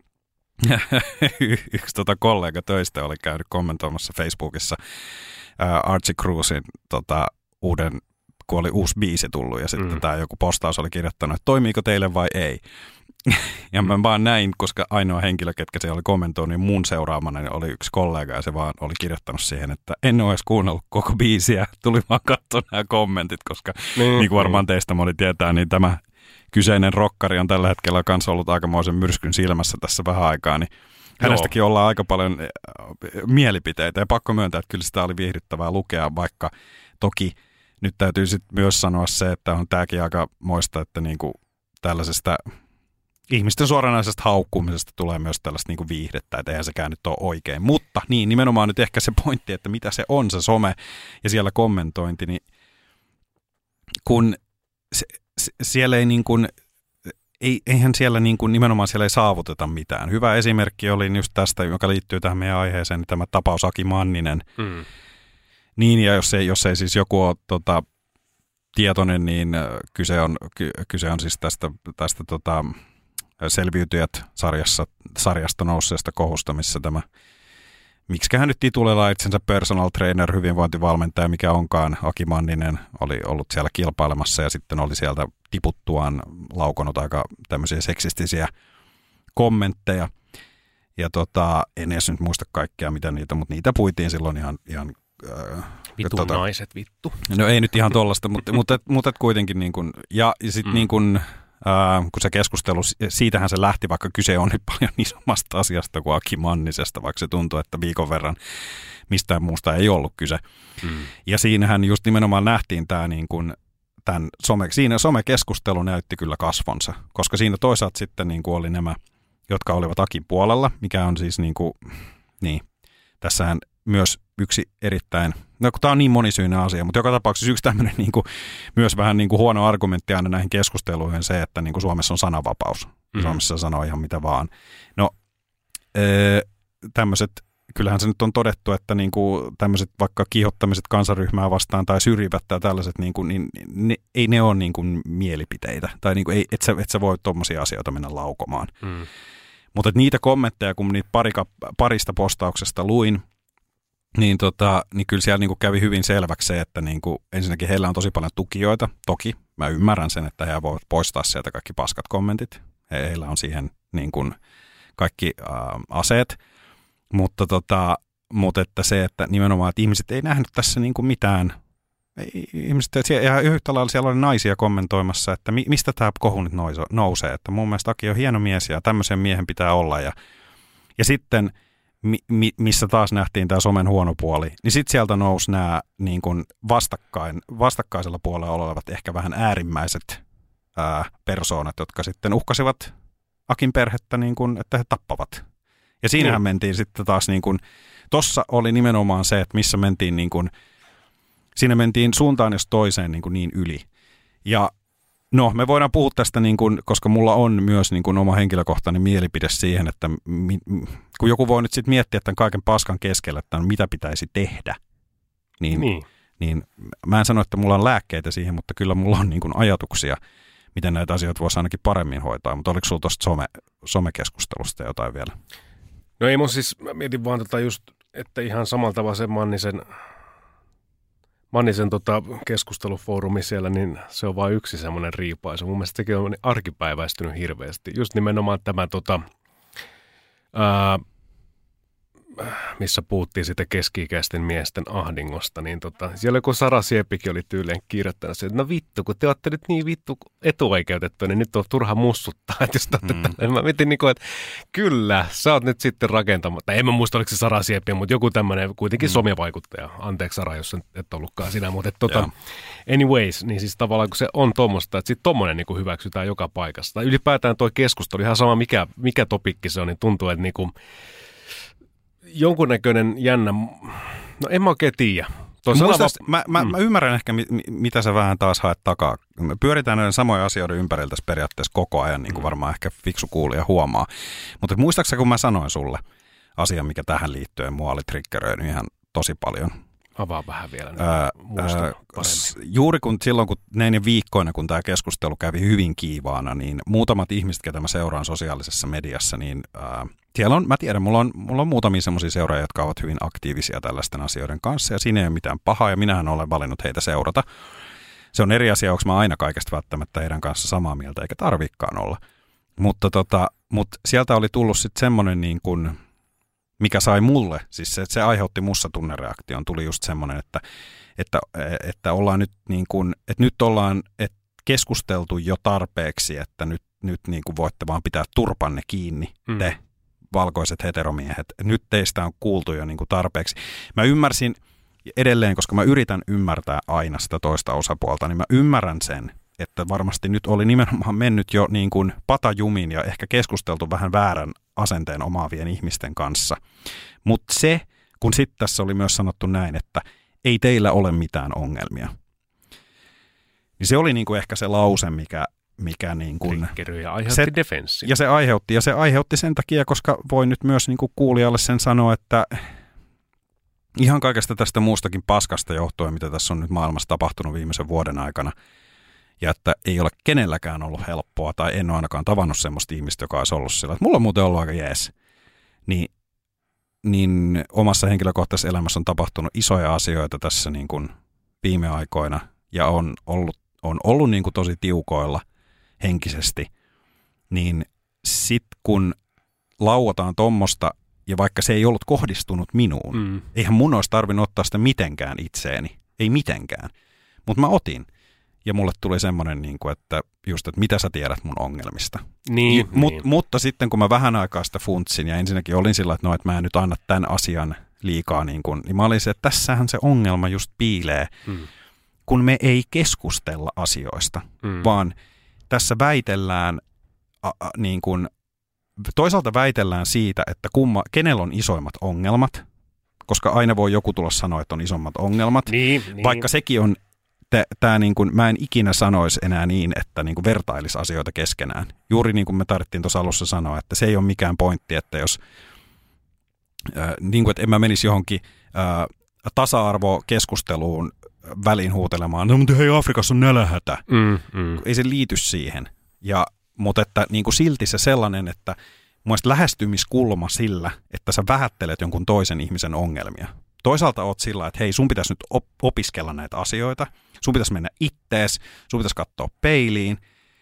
yksi tota kollega töistä oli käynyt kommentoimassa Facebookissa äh, Archie Cruzin tota, uuden, kun oli uusi biisi tullut ja sitten mm. tämä joku postaus oli kirjoittanut, että toimiiko teille vai ei. Ja mä vaan näin, koska ainoa henkilö, ketkä se oli kommentoinut, niin mun seuraamana niin oli yksi kollega ja se vaan oli kirjoittanut siihen, että en ole edes kuunnellut koko biisiä, tuli vaan katsoa nämä kommentit, koska mm, niin kuin varmaan teistä moni tietää, niin tämä kyseinen rokkari on tällä hetkellä kanssa ollut aikamoisen myrskyn silmässä tässä vähän aikaa, niin hänestäkin Joo. ollaan aika paljon mielipiteitä ja pakko myöntää, että kyllä sitä oli viihdyttävää lukea, vaikka toki nyt täytyy sitten myös sanoa se, että on tämäkin aika moista, että niin kuin tällaisesta ihmisten suoranaisesta haukkumisesta tulee myös tällaista niin kuin viihdettä, että eihän sekään nyt ole oikein. Mutta niin, nimenomaan nyt ehkä se pointti, että mitä se on se some ja siellä kommentointi, niin kun se, se, siellä ei niin kuin, ei, eihän siellä niin kuin, nimenomaan siellä ei saavuteta mitään. Hyvä esimerkki oli just tästä, joka liittyy tähän meidän aiheeseen, niin tämä tapaus Aki Manninen. Mm. Niin, ja jos ei, jos ei siis joku ole tota, tietoinen, niin kyse on, ky, kyse on siis tästä, tästä tota, Selviytyjät-sarjasta sarjasta nousseesta kohusta, missä tämä, miksiköhän nyt titulella itsensä personal trainer, hyvinvointivalmentaja, mikä onkaan, Aki Manninen oli ollut siellä kilpailemassa ja sitten oli sieltä tiputtuaan laukonut aika tämmöisiä seksistisiä kommentteja. Ja tota, en edes nyt muista kaikkea mitä niitä, mutta niitä puitiin silloin ihan... ihan äh, Vitun tota, naiset, vittu. No ei nyt ihan tollaista, mutta, mutta, mutta kuitenkin niin kuin, ja sitten mm. niin kuin, äh, kun se keskustelu, siitähän se lähti, vaikka kyse on nyt paljon isommasta asiasta kuin Aki Mannisesta, vaikka se tuntuu, että viikon verran mistään muusta ei ollut kyse. Mm. Ja siinähän just nimenomaan nähtiin tämä niin kuin, tämän some, siinä somekeskustelu näytti kyllä kasvonsa, koska siinä toisaalta sitten niin kuin oli nämä, jotka olivat Akin puolella, mikä on siis niin kuin, niin, tässähän myös yksi erittäin, no kun tämä on niin monisyinen asia, mutta joka tapauksessa yksi tämmöinen niin kuin, myös vähän niin kuin huono argumentti aina näihin keskusteluihin se, että niin kuin Suomessa on sananvapaus. Mm-hmm. Suomessa sanoo ihan mitä vaan. No öö, tämmöiset, kyllähän se nyt on todettu, että niin kuin tämmöiset vaikka kiihottamiset kansanryhmää vastaan tai syrjivät tai tällaiset, niin kuin, niin ne, ei ne ole niin kuin mielipiteitä. Tai niin kuin, ei, et, sä, et sä voi tommosia asioita mennä laukomaan. Mm. Mutta niitä kommentteja, kun niitä parika, parista postauksesta luin, Niin, tota, niin kyllä siellä niinku kävi hyvin selväksi se, että niinku, ensinnäkin heillä on tosi paljon tukijoita. Toki mä ymmärrän sen, että he voivat poistaa sieltä kaikki paskat kommentit. He, heillä on siihen niinku, kaikki äh, aseet. Mutta, tota, mutta että se, että nimenomaan että ihmiset ei nähnyt tässä niinku mitään. Ei, ihmiset, ja yhtä lailla siellä oli naisia kommentoimassa, että mi, mistä tämä kohu nyt nousee. Että mun mielestä Aki on hieno mies ja tämmöisen miehen pitää olla. Ja, ja sitten... Mi, missä taas nähtiin tämä somen huono puoli, niin sitten sieltä nousi nämä niin kuin vastakkain, vastakkaisella puolella olevat ehkä vähän äärimmäiset ää, persoonat, jotka sitten uhkasivat Akin perhettä, niin kuin, että he tappavat. Ja siinähän mm. mentiin sitten taas, niin kuin, tossa oli nimenomaan se, että missä mentiin, niin kuin, siinä mentiin suuntaan jos toiseen niin, kuin niin yli. Ja no, me voidaan puhua tästä, niin kuin, koska mulla on myös niin kuin, oma henkilökohtainen mielipide siihen, että mi, kun joku voi nyt sitten miettiä tämän kaiken paskan keskellä, että mitä pitäisi tehdä, niin, niin. niin mä en sano, että mulla on lääkkeitä siihen, mutta kyllä mulla on niin kuin, ajatuksia, miten näitä asioita voisi ainakin paremmin hoitaa. Mutta oliko sulla tuosta some, somekeskustelusta jotain vielä? No ei mun siis, mä mietin vaan tota just, että ihan samalla tavalla se Mannisen... Mannisen tota keskustelufoorumi siellä, niin se on vain yksi semmoinen riipaisu. Mun mielestä sekin on arkipäiväistynyt hirveästi. Just nimenomaan tämä, tota, ää, missä puhuttiin sitä keski-ikäisten miesten ahdingosta, niin tota, siellä kun Sara Sieppikin oli tyyliin kirjoittanut se, että no vittu, kun te olette nyt niin vittu etuoikeutettu, niin nyt on turha mussuttaa, että jos te olette mm. tällainen. Mä mietin niin kuin, että kyllä, sä oot nyt sitten rakentamatta. En mä muista, oliko se Sara Sieppi, mutta joku tämmöinen kuitenkin mm. somevaikuttaja. Anteeksi Sara, jos et ollutkaan sinä, mutta että, tota, anyways, niin siis tavallaan kun se on tommoista, että sitten tommoinen niin kuin hyväksytään joka paikassa. Tai ylipäätään toi keskustelu, ihan sama mikä, mikä topikki se on, niin tuntuu, että niin kuin jonkunnäköinen jännä, no en mä oikein tiedä. Muistas, mä, mä, mm. mä ymmärrän ehkä, mi, mitä sä vähän taas haet takaa. Me pyöritään näiden samojen asioiden ympäriltä periaatteessa koko ajan, niin kuin varmaan ehkä fiksu kuulija huomaa. Mutta muistaaksä, kun mä sanoin sulle asian, mikä tähän liittyen mua oli triggeröinyt ihan tosi paljon. Avaa vähän vielä. Ää, ää, juuri kun silloin, kun näinä viikkoina, kun tämä keskustelu kävi hyvin kiivaana, niin muutamat ihmiset, ketä mä seuraan sosiaalisessa mediassa, niin ää, siellä on, mä tiedän, mulla on, mulla on muutamia semmoisia seuraajia, jotka ovat hyvin aktiivisia tällaisten asioiden kanssa, ja siinä ei ole mitään pahaa, ja minähän olen valinnut heitä seurata. Se on eri asia, onko mä aina kaikesta välttämättä heidän kanssa samaa mieltä, eikä tarvikaan olla. Mutta tota, mut sieltä oli tullut sitten semmoinen niin kuin, mikä sai mulle, siis se, se aiheutti mussa tunnereaktion, tuli just semmoinen, että, että, että ollaan nyt niin kuin, että nyt ollaan että keskusteltu jo tarpeeksi, että nyt, nyt niin kuin voitte vaan pitää turpanne kiinni, mm. te valkoiset heteromiehet. Nyt teistä on kuultu jo niin kuin tarpeeksi. Mä ymmärsin edelleen, koska mä yritän ymmärtää aina sitä toista osapuolta, niin mä ymmärrän sen, että varmasti nyt oli nimenomaan mennyt jo niin kuin patajumin ja ehkä keskusteltu vähän väärän asenteen omaavien ihmisten kanssa. Mutta se, kun sitten tässä oli myös sanottu näin, että ei teillä ole mitään ongelmia, niin se oli niin kuin ehkä se lause, mikä, mikä niin kuin ja aiheutti defenssi. Ja se aiheutti, ja se aiheutti sen takia, koska voi nyt myös niin kuin kuulijalle sen sanoa, että ihan kaikesta tästä muustakin paskasta johtuen, mitä tässä on nyt maailmassa tapahtunut viimeisen vuoden aikana, ja että ei ole kenelläkään ollut helppoa, tai en ole ainakaan tavannut semmoista ihmistä, joka olisi ollut sillä, että mulla on muuten ollut aika jees, niin, niin omassa henkilökohtaisessa elämässä on tapahtunut isoja asioita tässä niin kuin viime aikoina, ja on ollut, on ollut niin kuin tosi tiukoilla henkisesti, niin sit kun lauataan tommosta, ja vaikka se ei ollut kohdistunut minuun, mm. eihän mun olisi tarvinnut ottaa sitä mitenkään itseeni, ei mitenkään, mutta mä otin. Ja mulle tuli semmoinen, niin kuin, että just, että mitä sä tiedät mun ongelmista. Niin, Mut, niin. Mutta sitten kun mä vähän aikaa sitä funtsin ja ensinnäkin olin sillä, että no, että mä en nyt anna tämän asian liikaa, niin, kuin, niin mä olin se, että tässähän se ongelma just piilee, mm. kun me ei keskustella asioista, mm. vaan tässä väitellään, a, a, niin kuin, toisaalta väitellään siitä, että kumma, kenellä on isoimmat ongelmat, koska aina voi joku tulla sanoa, että on isommat ongelmat, niin, vaikka niin. sekin on Tää niin kuin, mä en ikinä sanoisi enää niin, että niin kuin vertailisi asioita keskenään. Juuri niin kuin me tarvittiin tuossa alussa sanoa, että se ei ole mikään pointti, että jos, äh, niin kuin, että en mä menisi johonkin äh, tasa-arvokeskusteluun väliin huutelemaan, no mutta hei, Afrikassa on nälänhätä. Mm, mm. Ei se liity siihen. Ja, mutta että niin kuin silti se sellainen, että mun mielestä lähestymiskulma sillä, että sä vähättelet jonkun toisen ihmisen ongelmia. Toisaalta oot sillä, että hei, sun pitäisi nyt op- opiskella näitä asioita, sun pitäisi mennä ittees, sun pitäisi katsoa peiliin,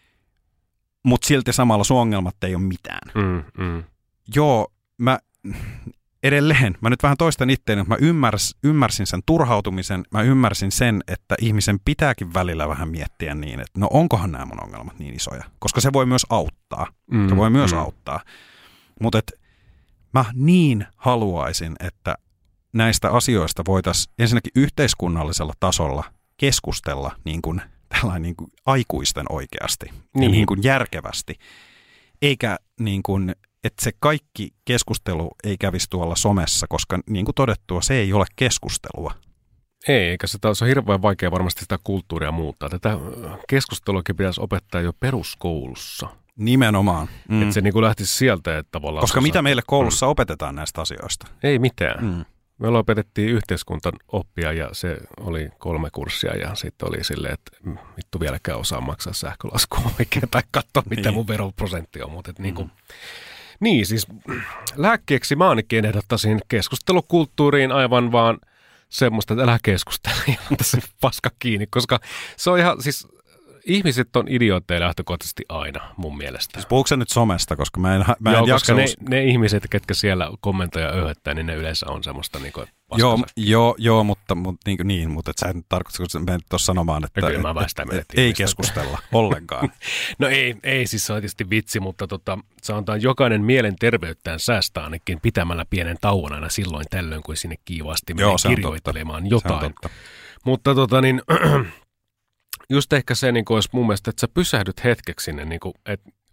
mutta silti samalla sun ongelmat ei ole mitään. Mm, mm. Joo, mä edelleen, mä nyt vähän toistan itteeni, että mä ymmärs, ymmärsin sen turhautumisen, mä ymmärsin sen, että ihmisen pitääkin välillä vähän miettiä niin, että no onkohan nämä mun ongelmat niin isoja, koska se voi myös auttaa, mm, se voi myös mm. auttaa, mutta mä niin haluaisin, että näistä asioista voitaisiin ensinnäkin yhteiskunnallisella tasolla keskustella niin kuin, tällainen niin kuin aikuisten oikeasti niin. ja niin kuin järkevästi, eikä niin kuin, että se kaikki keskustelu ei kävisi tuolla somessa, koska niin kuin todettua, se ei ole keskustelua. Ei, eikä se on hirveän vaikea varmasti sitä kulttuuria muuttaa. Tätä keskusteluakin pitäisi opettaa jo peruskoulussa. Nimenomaan. Mm. Että se niin kuin lähtisi sieltä, että tavallaan... Koska mitä meille koulussa mm. opetetaan näistä asioista? Ei mitään. Mm. Me opetettiin yhteiskuntaoppia ja se oli kolme kurssia ja sitten oli silleen, että vittu vieläkään osaa maksaa sähkölaskua oikein tai katsoa, mitä niin. mun veroprosentti on. Mutta niin, kuin, mm. niin siis lääkkeeksi mä ainakin ehdottaisin keskustelukulttuuriin aivan vaan semmoista, että älä keskustella ja anta se paska kiinni, koska se on ihan siis... Ihmiset on idiootteja lähtökohtaisesti aina, mun mielestä. Siis puhuuko sä nyt somesta, koska mä en, mä en joo, jaksa... Ne, ne ihmiset, ketkä siellä kommentoja öhöttää, niin ne yleensä on semmoista niin kuin joo, joo, joo, mutta, mutta niin, niin mutta et sä et tarkoita, kun sä menet tuossa sanomaan, että et, et, et, ei keskustella ollenkaan. No ei, ei, siis se on tietysti vitsi, mutta tota, sanotaan, jokainen mielenterveyttään säästää ainakin pitämällä pienen tauon aina silloin tällöin, kun sinne kiivaasti menee kirjoittelemaan jotain. Mutta tota niin... Just ehkä se niin kuin olisi mun mielestä, että sä pysähdyt hetkeksi sinne, niin kuin, että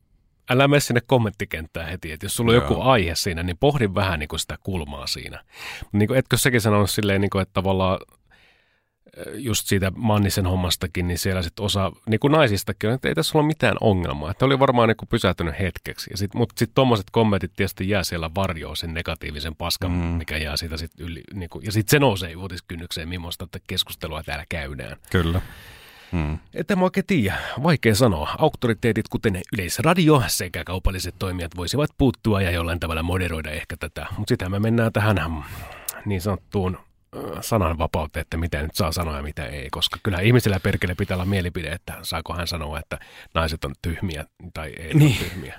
älä mene sinne kommenttikenttään heti, että jos sulla on Joo. joku aihe siinä, niin pohdi vähän niin kuin sitä kulmaa siinä. Niin kuin, etkö sekin sanonut silleen, niin kuin, että tavallaan just siitä Mannisen hommastakin, niin siellä sitten osa, niin kuin naisistakin on, että ei tässä ole mitään ongelmaa. Että oli varmaan niin kuin pysähtynyt hetkeksi. Ja sit, mutta sitten tuommoiset kommentit tietysti jää siellä varjoon sen negatiivisen paskan, mm. mikä jää siitä sitten yli. Niin kuin, ja sitten se nousee uutiskynnykseen, millaista keskustelua täällä käydään. Kyllä. Hmm. Että mä oikein tiedä. Vaikea sanoa. Auktoriteetit, kuten Yleisradio sekä kaupalliset toimijat voisivat puuttua ja jollain tavalla moderoida ehkä tätä. Mutta sitten me mennään tähän niin sanottuun sananvapauteen, että mitä nyt saa sanoa ja mitä ei. Koska kyllä ihmisellä perkele pitää olla mielipide, että saako hän sanoa, että naiset on tyhmiä tai ei niin. ole tyhmiä.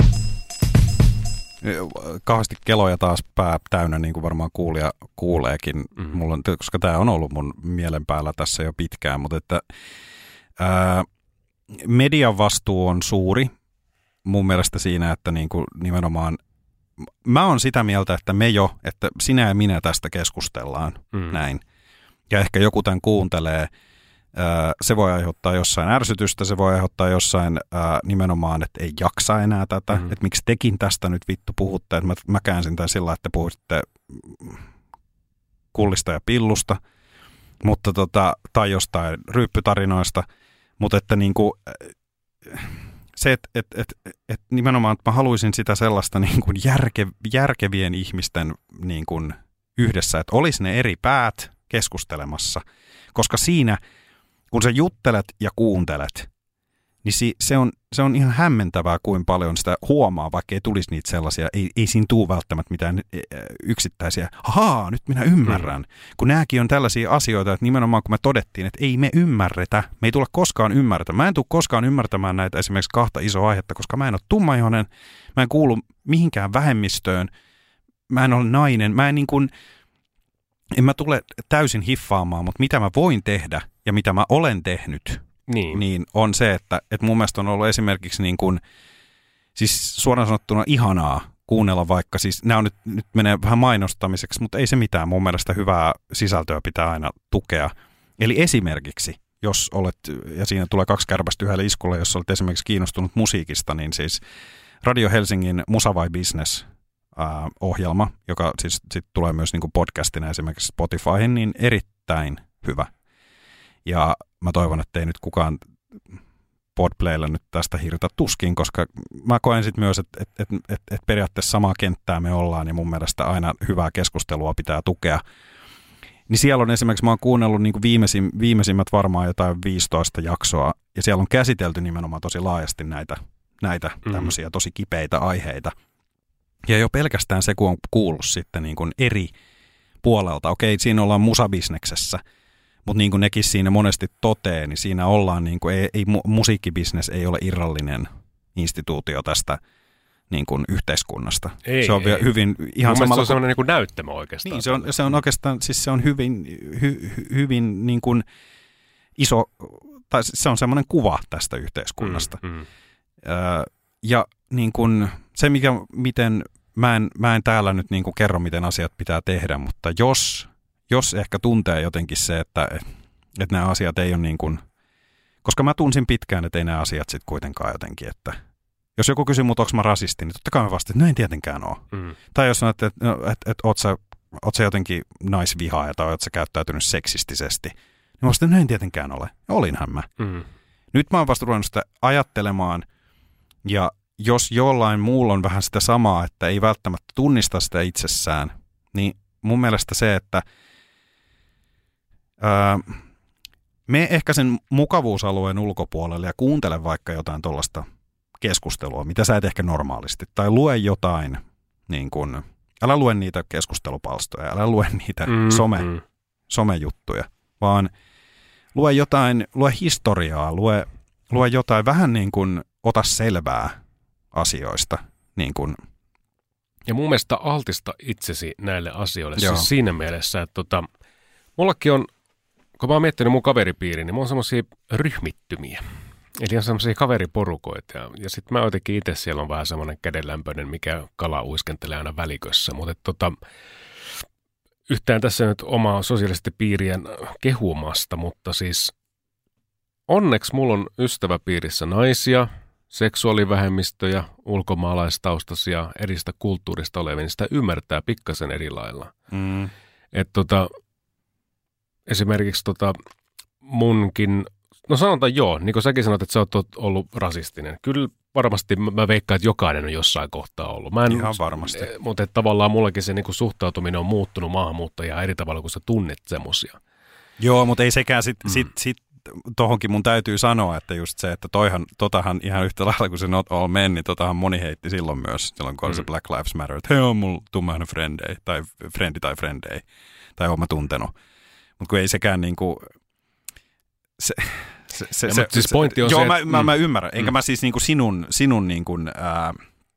Kauheasti keloja taas pää täynnä, niin kuin varmaan kuulija kuuleekin, mm-hmm. Mulla on, koska tämä on ollut mun mielen päällä tässä jo pitkään, mutta että ää, median vastuu on suuri mun mielestä siinä, että niin kuin nimenomaan mä oon sitä mieltä, että me jo, että sinä ja minä tästä keskustellaan mm. näin. Ja ehkä joku tämän kuuntelee. Se voi aiheuttaa jossain ärsytystä, se voi aiheuttaa jossain ää, nimenomaan, että ei jaksa enää tätä, mm-hmm. että miksi tekin tästä nyt vittu puhutte, että mä, mä käänsin tämän sillä, että puhutte kullista ja pillusta, mutta tota, tai jostain ryyppytarinoista, mutta että niinku, se, että et, et, et nimenomaan, että mä haluaisin sitä sellaista niinku järke, järkevien ihmisten niinku yhdessä, että olisi ne eri päät keskustelemassa, koska siinä kun sä juttelet ja kuuntelet, niin si, se, on, se on ihan hämmentävää, kuin paljon sitä huomaa, vaikka ei tulisi niitä sellaisia, ei, ei siinä tule välttämättä mitään yksittäisiä, ahaa, nyt minä ymmärrän. Mm. Kun nämäkin on tällaisia asioita, että nimenomaan kun me todettiin, että ei me ymmärretä, me ei tule koskaan ymmärretä. Mä en tule koskaan ymmärtämään näitä esimerkiksi kahta isoa aihetta, koska mä en ole tummaihoinen, mä en kuulu mihinkään vähemmistöön, mä en ole nainen, mä en niin kuin, en mä tule täysin hiffaamaan, mutta mitä mä voin tehdä ja mitä mä olen tehnyt, niin, niin on se, että, että mun mielestä on ollut esimerkiksi niin kuin, siis suoraan sanottuna ihanaa kuunnella vaikka, siis nämä on nyt, nyt menee vähän mainostamiseksi, mutta ei se mitään, mun mielestä hyvää sisältöä pitää aina tukea. Eli esimerkiksi, jos olet, ja siinä tulee kaksi kärpästä yhdelle iskulle, jos olet esimerkiksi kiinnostunut musiikista, niin siis Radio Helsingin Musa vai Business Äh, ohjelma, joka siis sit tulee myös niinku podcastina esimerkiksi Spotifyhin, niin erittäin hyvä. Ja mä toivon, että ei nyt kukaan Podplaylla nyt tästä hirtä tuskin, koska mä koen sitten myös, että et, et, et, et periaatteessa samaa kenttää me ollaan ja mun mielestä aina hyvää keskustelua pitää tukea. Niin siellä on esimerkiksi, mä oon kuunnellut niinku viimeisim, viimeisimmät varmaan jotain viisitoista jaksoa ja siellä on käsitelty nimenomaan tosi laajasti näitä, näitä mm-hmm. tämmöisiä tosi kipeitä aiheita. Ja jo pelkästään se, kun on kuullut sitten niin kuin eri puolelta, okei, siinä ollaan musabisneksessä, mutta niin kuin nekin siinä monesti toteen, niin siinä ollaan, niin kuin, ei, ei, musiikkibisnes ei ole irrallinen instituutio tästä niin kuin yhteiskunnasta. Ei, se on ei. hyvin ihan samalla. Se on sellainen niin kuin näyttämö oikeastaan. Niin, se on, se on oikeastaan, siis se on hyvin, hy, hyvin niin kuin iso, tai se on semmoinen kuva tästä yhteiskunnasta. Mm, mm. Öö, ja niin kuin se, mikä, miten, mä en, mä en täällä nyt niin kuin kerro, miten asiat pitää tehdä, mutta jos, jos ehkä tuntee jotenkin se, että, että nämä asiat ei ole niin kuin, koska mä tunsin pitkään, että ei nämä asiat sitten kuitenkaan jotenkin, että jos joku kysyy mut, onko mä rasisti, niin totta kai mä vastaan, että no en tietenkään ole. Mm. Tai jos sanot, että, että, että, että oot, sä, oot sä jotenkin naisvihaaja tai oot sä käyttäytynyt seksistisesti, niin mä vastaan, että no en tietenkään ole. Olinhan mä. Mm. Nyt mä oon vasta ruvennut sitä ajattelemaan ja jos jollain muulla on vähän sitä samaa, että ei välttämättä tunnista sitä itsessään, niin mun mielestä se, että ää, me ehkä sen mukavuusalueen ulkopuolelle ja kuuntele vaikka jotain tuollaista keskustelua, mitä sä et ehkä normaalisti, tai lue jotain, niin kun, älä lue niitä keskustelupalstoja, älä lue niitä mm, some, mm. somejuttuja, vaan lue jotain, lue historiaa, lue, lue jotain vähän niin kuin ota selvää asioista. Niin kun. Ja mun mielestä altista itsesi näille asioille. Siis siinä mielessä, että tota, mullakin on, kun mä oon miettinyt mun kaveripiiriin, niin mulla on semmosia ryhmittymiä. Eli on semmoisia kaveriporukoita. Ja, ja sitten mä jotenkin itse siellä on vähän semmoinen kädenlämpöinen, mikä kala uiskentelee aina välikössä. Mutta tota, yhtään tässä nyt omaa sosiaalisesti piirien kehumasta, mutta siis onneksi mulla on ystäväpiirissä naisia. seksuaalivähemmistöjä, ulkomaalaistaustaisia, eristä kulttuurista olevia, niin sitä ymmärtää pikkasen eri lailla. Mm. Et tota, esimerkiksi tota munkin, no sanotaan joo, niin kuin säkin sanot, että sä oot ollut rasistinen. Kyllä varmasti mä veikkaan, että jokainen on jossain kohtaa ollut. Mä en, Ihan varmasti. Mutta tavallaan mullakin se niin kuin suhtautuminen on muuttunut maahanmuuttajaa eri tavalla, kun sä tunnet semmosia. Joo, mutta ei sekään sit, Mm. sit, sit tohonkin mun täytyy sanoa, että just se, että toihan, totahan ihan yhtä lailla kuin se Not All Men, niin totahan moni heitti silloin myös, silloin kun oli Mm. se Black Lives Matter, että hei, on mulla tummahna frendei, tai frendi tai frendei, tai oon mä tuntenut. Mutta kun ei sekään niinku, se, se, se, Ja, se, mutta siis se pointti on joo, se, mä, että- mä, mm. mä ymmärrän, enkä Mm. mä siis niinku sinun, sinun niinku, ää,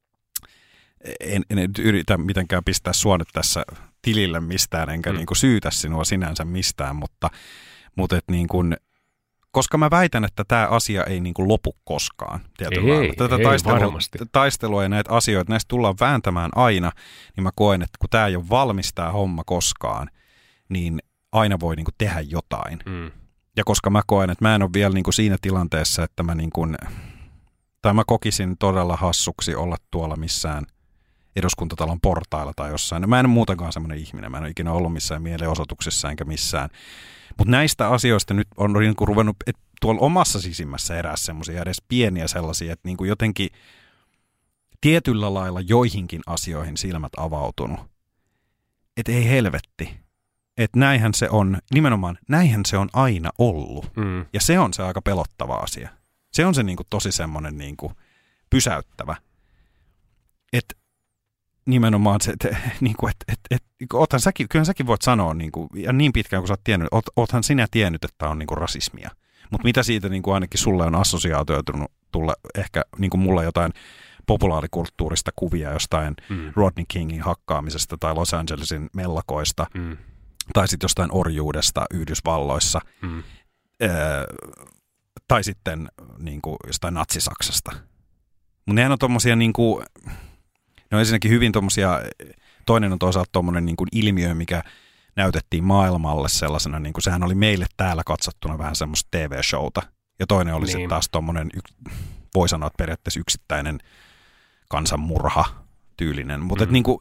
en, en nyt yritä mitenkään pistää sua nyt tässä tilille mistään, enkä Mm. niinku syytä sinua sinänsä mistään, mutta, mutta et niin kuin, koska mä väitän, että tämä asia ei niin kuin lopu koskaan. Ei, lailla. Tätä ei taistelua, varmasti. taistelua ja näitä asioita, näistä tullaan vääntämään aina, niin mä koen, että kun tämä ei ole valmis tämä homma koskaan, niin aina voi niin kuin tehdä jotain. Mm. Ja koska mä koen, että mä en ole vielä niin kuin siinä tilanteessa, että mä niin kuin, tai mä kokisin todella hassuksi olla tuolla missään eduskuntatalon portailla tai jossain. No, mä en ole muutenkaan semmoinen ihminen, mä en ole ikinä ollut missään mielenosoituksessa enkä missään. Mutta näistä asioista nyt on niin kuin ruvennut, että tuolla omassa sisimmässä erää semmoisia edes pieniä sellaisia, että niin kuin jotenkin tietyllä lailla joihinkin asioihin silmät avautunut. Että ei helvetti. Että näinhän se on, nimenomaan näinhän se on aina ollut. Mm. Ja se on se aika pelottava asia. Se on se niin kuin tosi semmoinen niin kuin pysäyttävä. Että nimenomaan se, että niin kuin, et, et, et, oothan säkin, kyllähän säkin voit sanoa, niin kuin, ja niin pitkään kuin sä oot tiennyt, oot, oothan sinä tiennyt, että on niin kuin rasismia. Mutta mitä siitä niin kuin ainakin sulle on assosiaatioitunut tulla ehkä niin kuin mulla jotain populaarikulttuurista kuvia jostain Mm. Rodney Kingin hakkaamisesta tai Los Angelesin mellakoista Mm. tai sitten jostain orjuudesta Yhdysvalloissa Mm. öö, tai sitten niin kuin jostain Natsi-Saksasta. Mutta nehän on tommosia niin kuin, ne on ensinnäkin hyvin tommosia, toinen on toisaalta tommonen niin kuin ilmiö, mikä näytettiin maailmalle sellaisena, niin kuin sehän oli meille täällä katsottuna vähän semmoista T V-showta. Ja toinen oli niin. sitten taas tommonen, voi sanoa, että periaatteessa yksittäinen kansanmurha tyylinen. Mutta mm. niin kuin,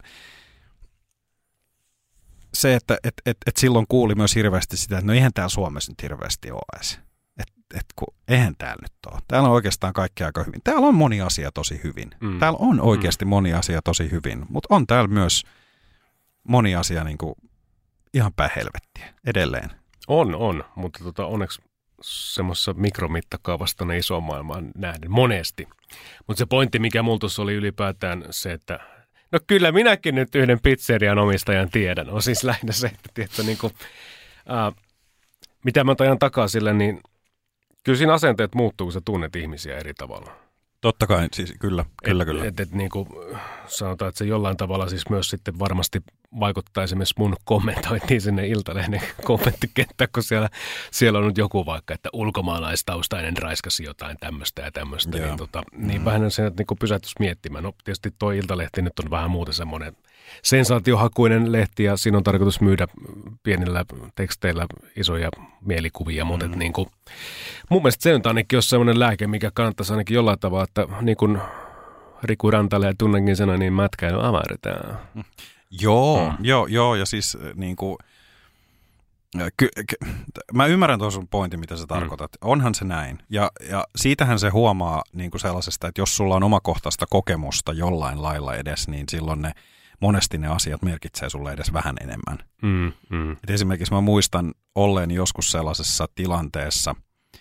se, että et, et, et silloin kuuli myös hirveästi sitä, että no eihän täällä Suomessa nyt hirveästi ole edes. Että et, kun eihän täällä nyt ole. Täällä on oikeastaan kaikki aika hyvin. Täällä on moni asia tosi hyvin. Mm. Täällä on oikeasti mm. moni asia tosi hyvin. Mutta on täällä myös moni asia niin kuin ihan päin helvettiä edelleen. On, on. Mutta tota, onneksi semmoisessa mikromittakaavasta ne isoon maailmaan nähden monesti. Mutta se pointti, mikä mulla tuossa oli ylipäätään se, että no kyllä minäkin nyt yhden pizzerian omistajan tiedän. On siis lähinnä se, että tiedätkö, niin kuin, ää, mitä mä ajan takaa sille, niin kyllä siinä asenteet muuttuu, kun sä tunnet ihmisiä eri tavalla. Totta kai, siis kyllä, kyllä, et, kyllä. Et, et, niin kuin sanotaan, että se jollain tavalla siis myös sitten varmasti vaikuttaa esimerkiksi mun kommentointiin sinne Iltalehden kommenttikenttään, kun siellä, siellä on nyt joku vaikka, että ulkomaalaistaustainen raiskasi jotain tämmöistä ja tämmöistä. Niin, tota, niin mm. vähän sen, että niin pysäytys miettimään. No tietysti toi Iltalehti nyt on vähän muuta semmoinen sensaatiohakuinen lehti ja siinä on tarkoitus myydä pienillä teksteillä isoja mielikuvia, mutta mm. niin kuin, mun mielestä se nyt ainakin on semmoinen lääke, mikä kannattaisi ainakin jollain tavalla, että niin kuin Riku Rantalle ja tunnenkin sanoi, niin mätkäily avärtään. Joo, mm. joo, joo, ja siis niin kuin, ky, ky, mä ymmärrän tuon sun pointin, mitä sä tarkoitat. Mm. Onhan se näin. Ja, ja siitähän se huomaa niin kuin sellaisesta, että jos sulla on omakohtaista kokemusta jollain lailla edes, niin silloin ne monesti ne asiat merkitsee sulle edes vähän enemmän. Mm, mm. Et esimerkiksi mä muistan olleeni joskus sellaisessa tilanteessa,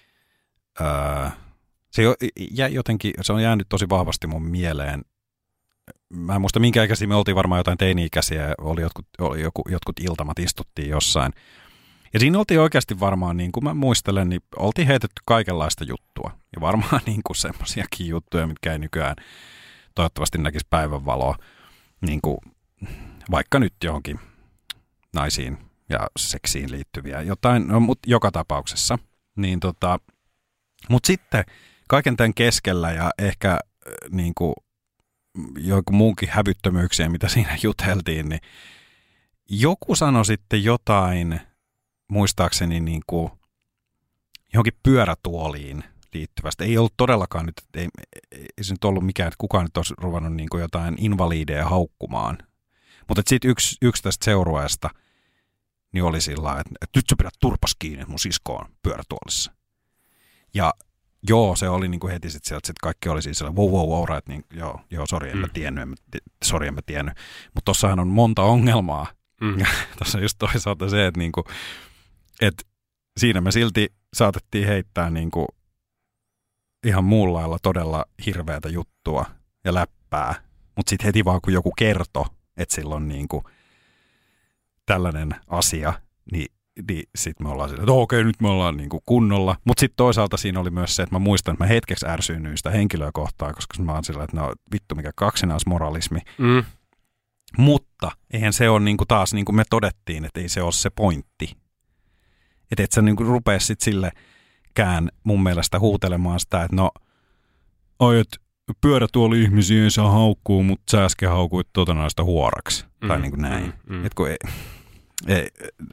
öö, se, jotenkin, se on jäänyt tosi vahvasti mun mieleen. Mä en muista minkä ikäisiä, me oltiin varmaan jotain teini-ikäisiä ja oli jotkut, oli joku, jotkut iltamat, istuttiin jossain. Ja siinä oltiin oikeasti varmaan, niin kuin mä muistelen, niin oltiin heitetty kaikenlaista juttua. Ja varmaan niin kuin semmoisiakin juttuja, mitkä ei nykyään toivottavasti näkisi päivänvaloa. Niin kuin vaikka nyt johonkin naisiin ja seksiin liittyviä jotain, no, mutta joka tapauksessa. Niin tota, mutta sitten kaiken tämän keskellä ja ehkä niin kuin joku muunkin hävyttömyyksiä, mitä siinä juteltiin, niin joku sanoi sitten jotain, muistaakseni niin kuin johonkin pyörätuoliin liittyvästä. Ei ollut todellakaan nyt, ei, ei se nyt ollut mikään, että kukaan nyt olisi ruvannut niin kuin jotain invaliideja haukkumaan. Mutta sitten yksi, yksi tästä seurueesta niin oli sillä lailla, että, että nyt sä pidät turpas kiinni, että mun sisko on pyörätuolissa. Ja joo, se oli niin kuin heti sitten sieltä, että kaikki oli siis sellainen wow, wow, wow, right, niin joo, joo, sori, en mä tiennyt, en mä, sori, en mä tiennyt. Mutta tossahan on monta ongelmaa. Mm. Ja tuossa just toisaalta se, että, niinku, että siinä me silti saatettiin heittää niinku ihan muulla lailla todella hirveätä juttua ja läppää. Mutta sitten heti vaan kun joku kertoi, että sillä on niinku tällainen asia, niin, niin sitten me ollaan sillä, että okei, nyt me ollaan niinku kunnolla. Mutta sitten toisaalta siinä oli myös se, että mä muistan, että mä hetkeksi ärsyynnyin sitä henkilöä kohtaan, koska mä oon sillä, että no vittu mikä kaksinaismoralismi. Mm. Mutta eihän se ole niin kuin taas, niin kuin me todettiin, että ei se ole se pointti. Että et sä niin kuin rupea sitten sillekään mun mielestä huutelemaan sitä, että no, oi, että pyörätuoli ihmisiä ei saa haukkuu, mutta sä äsken haukuit tota naista huoraksi. Mm, tai niin kuin näin. Mm, mm. Että kun ei, ei,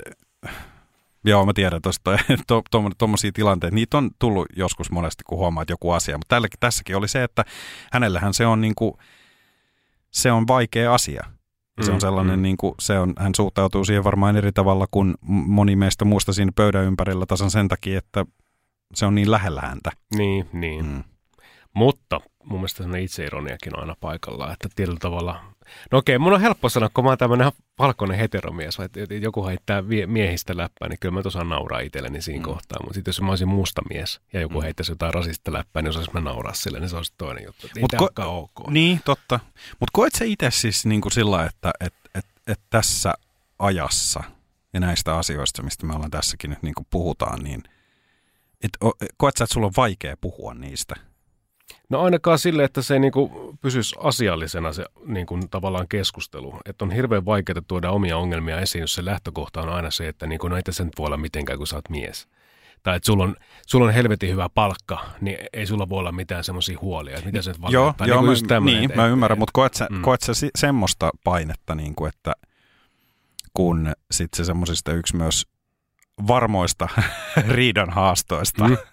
joo, mä tiedän tuosta, to, to, tommosia tilanteita, niitä on tullut joskus monesti, kun huomaat joku asia. Mutta tälläkin, tässäkin oli se, että hänellähän se on niin kuin, se on vaikea asia. Se on sellainen, mm. niin kuin, se on, hän suhtautuu siihen varmaan eri tavalla kuin moni meistä muista siinä pöydän ympärillä tasan sen takia, että se on niin lähellä häntä. Niin, niin. Mm. Mutta mun mielestä sellainen itseironiakin on aina paikallaan, että tietyllä tavalla, no okei, mun on helppo sanoa, kun mä oon tämmöinen valkoinen heteromies, että joku heittää miehistä läppää, niin kyllä mä osaan nauraa itselleni siinä mm. kohtaa, mutta sitten jos mä olisin musta mies ja joku mm. heittäisi jotain rasista läppää, niin osaisin mä nauraa sille, niin se olisi toinen juttu. Ei tämä olekaan ok. Niin, totta. Mutta koet sä itse siis niin kuin sillä, että et, et, et tässä ajassa ja näistä asioista, mistä me ollaan tässäkin nyt niin kuin puhutaan, niin et, koet sä, että sulla on vaikea puhua niistä? No ainakaan sille, että se ei niin kuin pysyisi asiallisena se niin kuin tavallaan keskustelu. Että on hirveän vaikeaa tuoda omia ongelmia esiin, jos se lähtökohta on aina se, että niin kuin, no ei tässä nyt voi olla mitenkään, kun sä oot mies. Tai että sulla on, sulla on helvetin hyvä palkka, niin ei sulla voi olla mitään semmoisia huolia. Että mitä sä nyt joo, valittaa. joo, niin, mä, niin et, mä ymmärrän, et, mutta koet sä, mm. koet sä semmoista painetta, niin kuin, että kun sitten se semmoisista yksi myös varmoista riidan haastoista mm.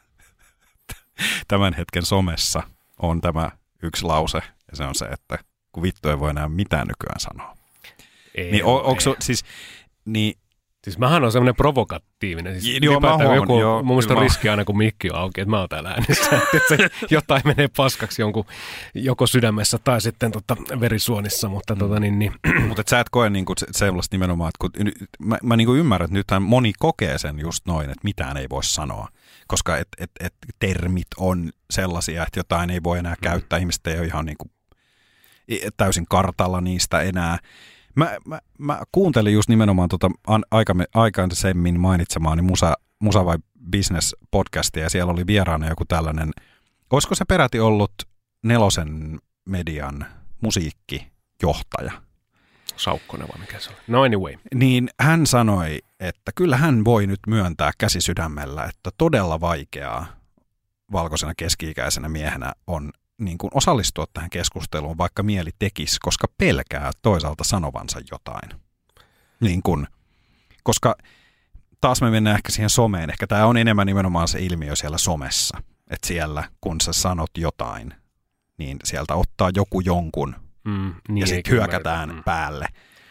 tämän hetken somessa on tämä yksi lause, ja se on se, että kun vittu ei voi enää mitään nykyään sanoa. Ei, niin on, onko siis, niin... Siis mähän on semmoinen provokatiivinen. Siis joo, mä huomaan, joku, joo. Mun mielestä on riski aina, kun mikki on auki, että mä oon täällä äänessä. Että se jotain menee paskaksi jonkun, joko sydämessä tai sitten tota verisuonissa, mutta mm. tota niin... niin. Mutta sä et koe niinku sellaista nimenomaan, että kun, mä, mä niinku ymmärrän, että nythän moni kokee sen just noin, että mitään ei voi sanoa. Koska et, et, et termit on sellaisia, että jotain ei voi enää käyttää. Ihmiset ei ole ihan niin kuin täysin kartalla niistä enää. Mä, mä, mä kuuntelin just nimenomaan tuota aikaisemmin mainitsemaani Musa, Musa vai Business podcastia, ja siellä oli vieraana joku tällainen, olisiko se peräti ollut Nelosen median musiikkijohtaja? Saukkonen vai mikä se oli? No anyway. Niin hän sanoi, että kyllä hän voi nyt myöntää käsisydämellä, että todella vaikeaa valkoisena keski-ikäisenä miehenä on niin kuin osallistua tähän keskusteluun, vaikka mieli tekisi, koska pelkää toisaalta sanovansa jotain. Niin kuin, koska taas me mennään ehkä siihen someen. Ehkä tämä on enemmän nimenomaan se ilmiö siellä somessa, että siellä kun sä sanot jotain, niin sieltä ottaa joku jonkun mm, niin ja sitten hyökätään mm. päälle.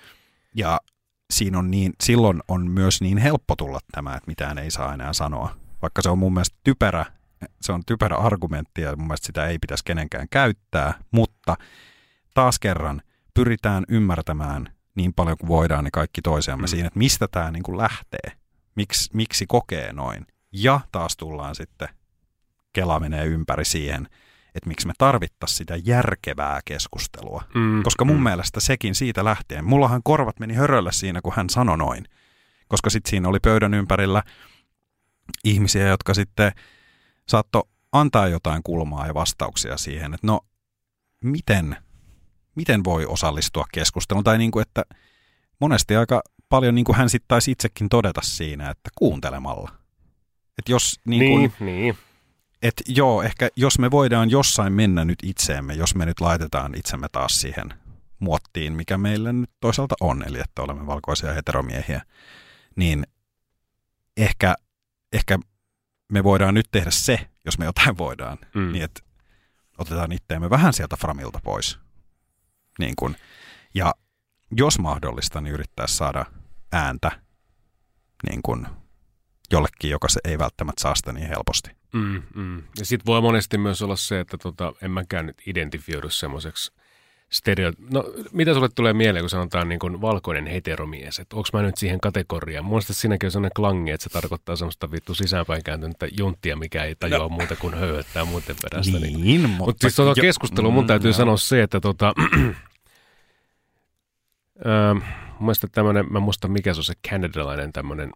Ja siinä on niin, silloin on myös niin helppo tulla tämä, että mitään ei saa enää sanoa. Vaikka se on mun mielestä typerä, se on typerä argumentti ja mun mielestä sitä ei pitäisi kenenkään käyttää, mutta taas kerran pyritään ymmärtämään niin paljon kuin voidaan niin kaikki toisiamme mm. siinä, että mistä tämä niin kuin lähtee, Miks, miksi kokee noin. Ja taas tullaan sitten, kela menee ympäri siihen, että miksi me tarvittaisiin sitä järkevää keskustelua. Mm, koska mun mm. mielestä sekin siitä lähtien. Mullahan korvat meni hörölle siinä, kun hän sanoi noin. Koska sitten siinä oli pöydän ympärillä ihmisiä, jotka sitten saattoi antaa jotain kulmaa ja vastauksia siihen, että no, miten, miten voi osallistua keskusteluun. Tai niin kuin, että monesti aika paljon niin kuin hän sitten taisi itsekin todeta siinä, että kuuntelemalla. Että jos niin kuin... Niin, niin. Että joo, ehkä jos me voidaan jossain mennä nyt itseemme, jos me nyt laitetaan itsemme taas siihen muottiin, mikä meillä nyt toisaalta on, eli että olemme valkoisia heteromiehiä, niin ehkä, ehkä me voidaan nyt tehdä se, jos me jotain voidaan, mm. niin että otetaan itteemme vähän sieltä framilta pois. Niin kun, ja jos mahdollista, niin yrittää saada ääntä niin kun jollekin, joka se ei välttämättä saa sitä niin helposti. Mm, mm. Ja sitten voi monesti myös olla se, että tota, en mäkään nyt identifioidu semmoiseksi stereo... No, mitä sulle tulee mieleen, kun sanotaan niin kuin valkoinen heteromies? Että onko mä nyt siihen kategoriaan? Mun mielestä siinäkin on sellainen klangi, että se tarkoittaa semmoista vittu sisäänpäin kääntynyttä junttia, mikä ei tajua no. muuta kuin höyöttää muuten perästä. Niin, niin. mutta... Mutta siis tuota keskustelua mun täytyy mm, sanoa se, että tota... öö, mun mielestä tämmöinen, mä muistan mikä se on se kanadalainen tämmöinen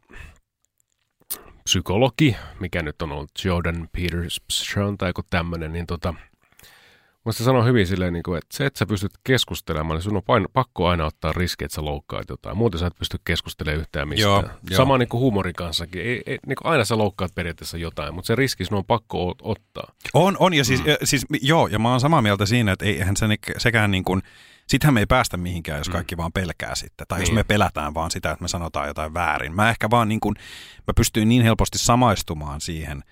psykologi, mikä nyt on ollut Jordan Peterson tai joku tämmöinen, niin tota... Mä se sanoo hyvin silleen, että se, että sä pystyt keskustelemaan, niin sun on paino, pakko aina ottaa riski, että sä loukkaat jotain. Muuten sä et pysty keskustelemaan yhtään mistään. Joo, Sama jo. niin kuin huumorin kanssakin. Ei, ei, niin kuin aina sä loukkaat periaatteessa jotain, mutta se riski sun on pakko ottaa. On, on ja, siis, mm. ja siis joo, ja mä oon samaa mieltä siinä, että eihän se sekään niin kuin, sitähän me ei päästä mihinkään, jos kaikki mm. vaan pelkää sitten. Tai niin. jos me pelätään vaan sitä, että me sanotaan jotain väärin. Mä ehkä vaan niin kuin, mä pystyin niin helposti samaistumaan siihen,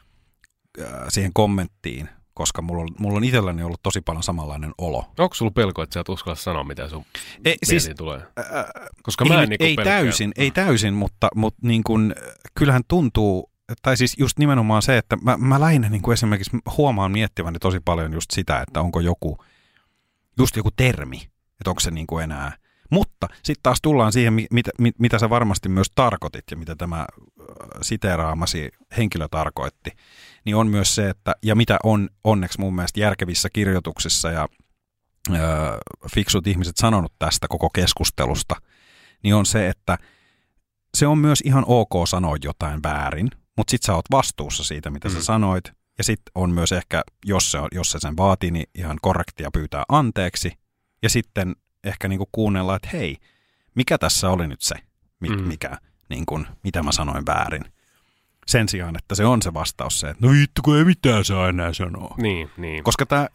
äh, siihen kommenttiin, koska mulla on, mulla on itselläni ollut tosi paljon samanlainen olo. Onko sulla pelko, että sä et uskalla sanoa, mitä sun ei, siis, tulee? Äh, koska ei, mä en niin ei täysin, ei täysin, mutta, mutta niin kuin, kyllähän tuntuu, tai siis just nimenomaan se, että mä, mä lähinnä niin kuin esimerkiksi huomaan miettiväni tosi paljon just sitä, että onko joku, just joku termi, että onko se niin kuin enää. Mutta sitten taas tullaan siihen, mitä, mitä sä varmasti myös tarkoitit ja mitä tämä siteeraamasi henkilö tarkoitti, niin on myös se, että ja mitä on onneksi mun mielestä järkevissä kirjoituksissa ja ö, fiksut ihmiset sanonut tästä koko keskustelusta, niin on se, että se on myös ihan ok sanoa jotain väärin, mutta sit sä oot vastuussa siitä, mitä mm. sä sanoit, ja sit on myös ehkä, jos se, on, jos se sen vaatii, niin ihan korrektia pyytää anteeksi, ja sitten ehkä niinku kuunnella, että hei, mikä tässä oli nyt se, mikä, mm. mikä niin kuin, mitä mä sanoin väärin. Sen sijaan, että se on se vastaus se, että no vittu, kun ei mitään saa enää sanoa. Niin, niin. Koska tämä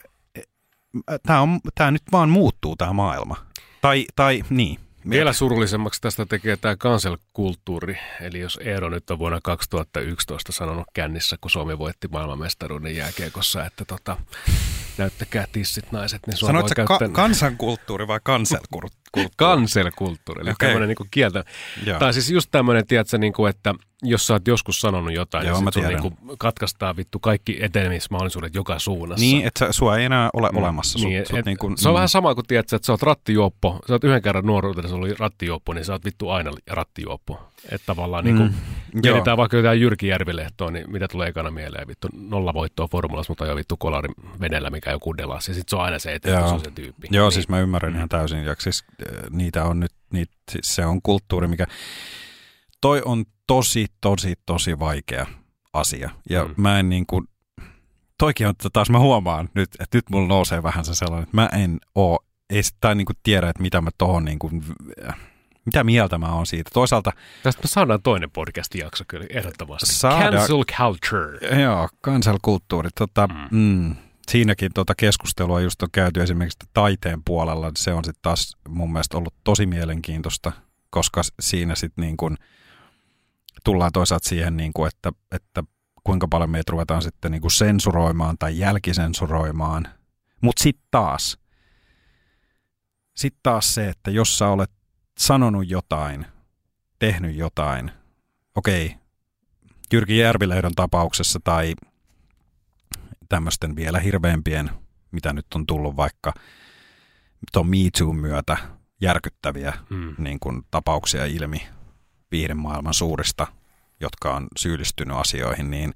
tää on, tää nyt vaan muuttuu tämä maailma. Tai, tai niin. Vielä surullisemmaksi tästä tekee tämä cancel-kulttuuri. Eli jos Eero nyt on vuonna kaksituhattayksitoista sanonut kännissä, kun Suomi voitti maailmanmestaruuden jääkiekossa, että tota, näyttäkää tissit naiset, niin sua Sanoit voi käyttää... Ka- kansankulttuuri vai cancel-kulttuuri? Cancel-kulttuuri, eli okay. tämmöinen niin kieltä. Joo. Tai siis just tämmöinen, tiedätkö, niin kuin, että jos sä oot joskus sanonut jotain, joo, niin sit sun niin kuin katkaistaan vittu kaikki etenemismahdollisuudet joka suunnassa. Niin, että sua ei enää ole mm. olemassa. Sut, niin, sut et, niin kuin, se on mm. vähän sama kuin tiedätkö, että sä oot rattijuoppo. Sä oot yhden kerran nuoruudessa oli rattijuoppo, niin sä oot vittu aina rattijuoppo. Että tavallaan mm. niin kuin, mietitään vaikka jotain Jyrki Järvilehtoa, niin mitä tulee ekana mieleen? Vittu nolla voittoa formulassa, mutta jo vittu kolarin venellä, mikä joku delas. Ja sit se on aina se, että se on se tyyppi. Joo, niin. siis mä ymmärrän mm. ihan täysin. Ja siis niitä on nyt, niitä, siis se on kulttuuri, mikä... Toi on tosi, tosi, tosi vaikea asia. Ja mm. mä en niin kuin... Toikin on, että taas mä huomaan nyt, että nyt mulla nousee vähän se sellainen, että mä en oo, ei sitä niin kuin tiedä, että mitä mä tohon niin kuin... Mitä mieltä mä oon siitä? Toisaalta... Tästä me saadaan toinen podcast-jakso kyllä ehdottomasti. Saada, cancel culture. Joo, cancel-kulttuuri. Tota, mm. Mm, siinäkin tota keskustelua just on käyty esimerkiksi taiteen puolella. Se on sitten taas mun mielestä ollut tosi mielenkiintoista, koska siinä sitten niin kuin tullaan toisaalta siihen, niin kuin, että, että kuinka paljon meitä ruvetaan sitten niin kuin sensuroimaan tai jälkisensuroimaan. Mutta sitten taas, sit taas se, että jos sä olet sanonut jotain, tehnyt jotain, okei, Jyrki Järvilehdon tapauksessa tai tämmöisten vielä hirveämpien, mitä nyt on tullut vaikka tuon Me Toon myötä järkyttäviä mm. niin kuin, tapauksia ilmi viiden maailman suurista, jotka on syyllistynyt asioihin, niin,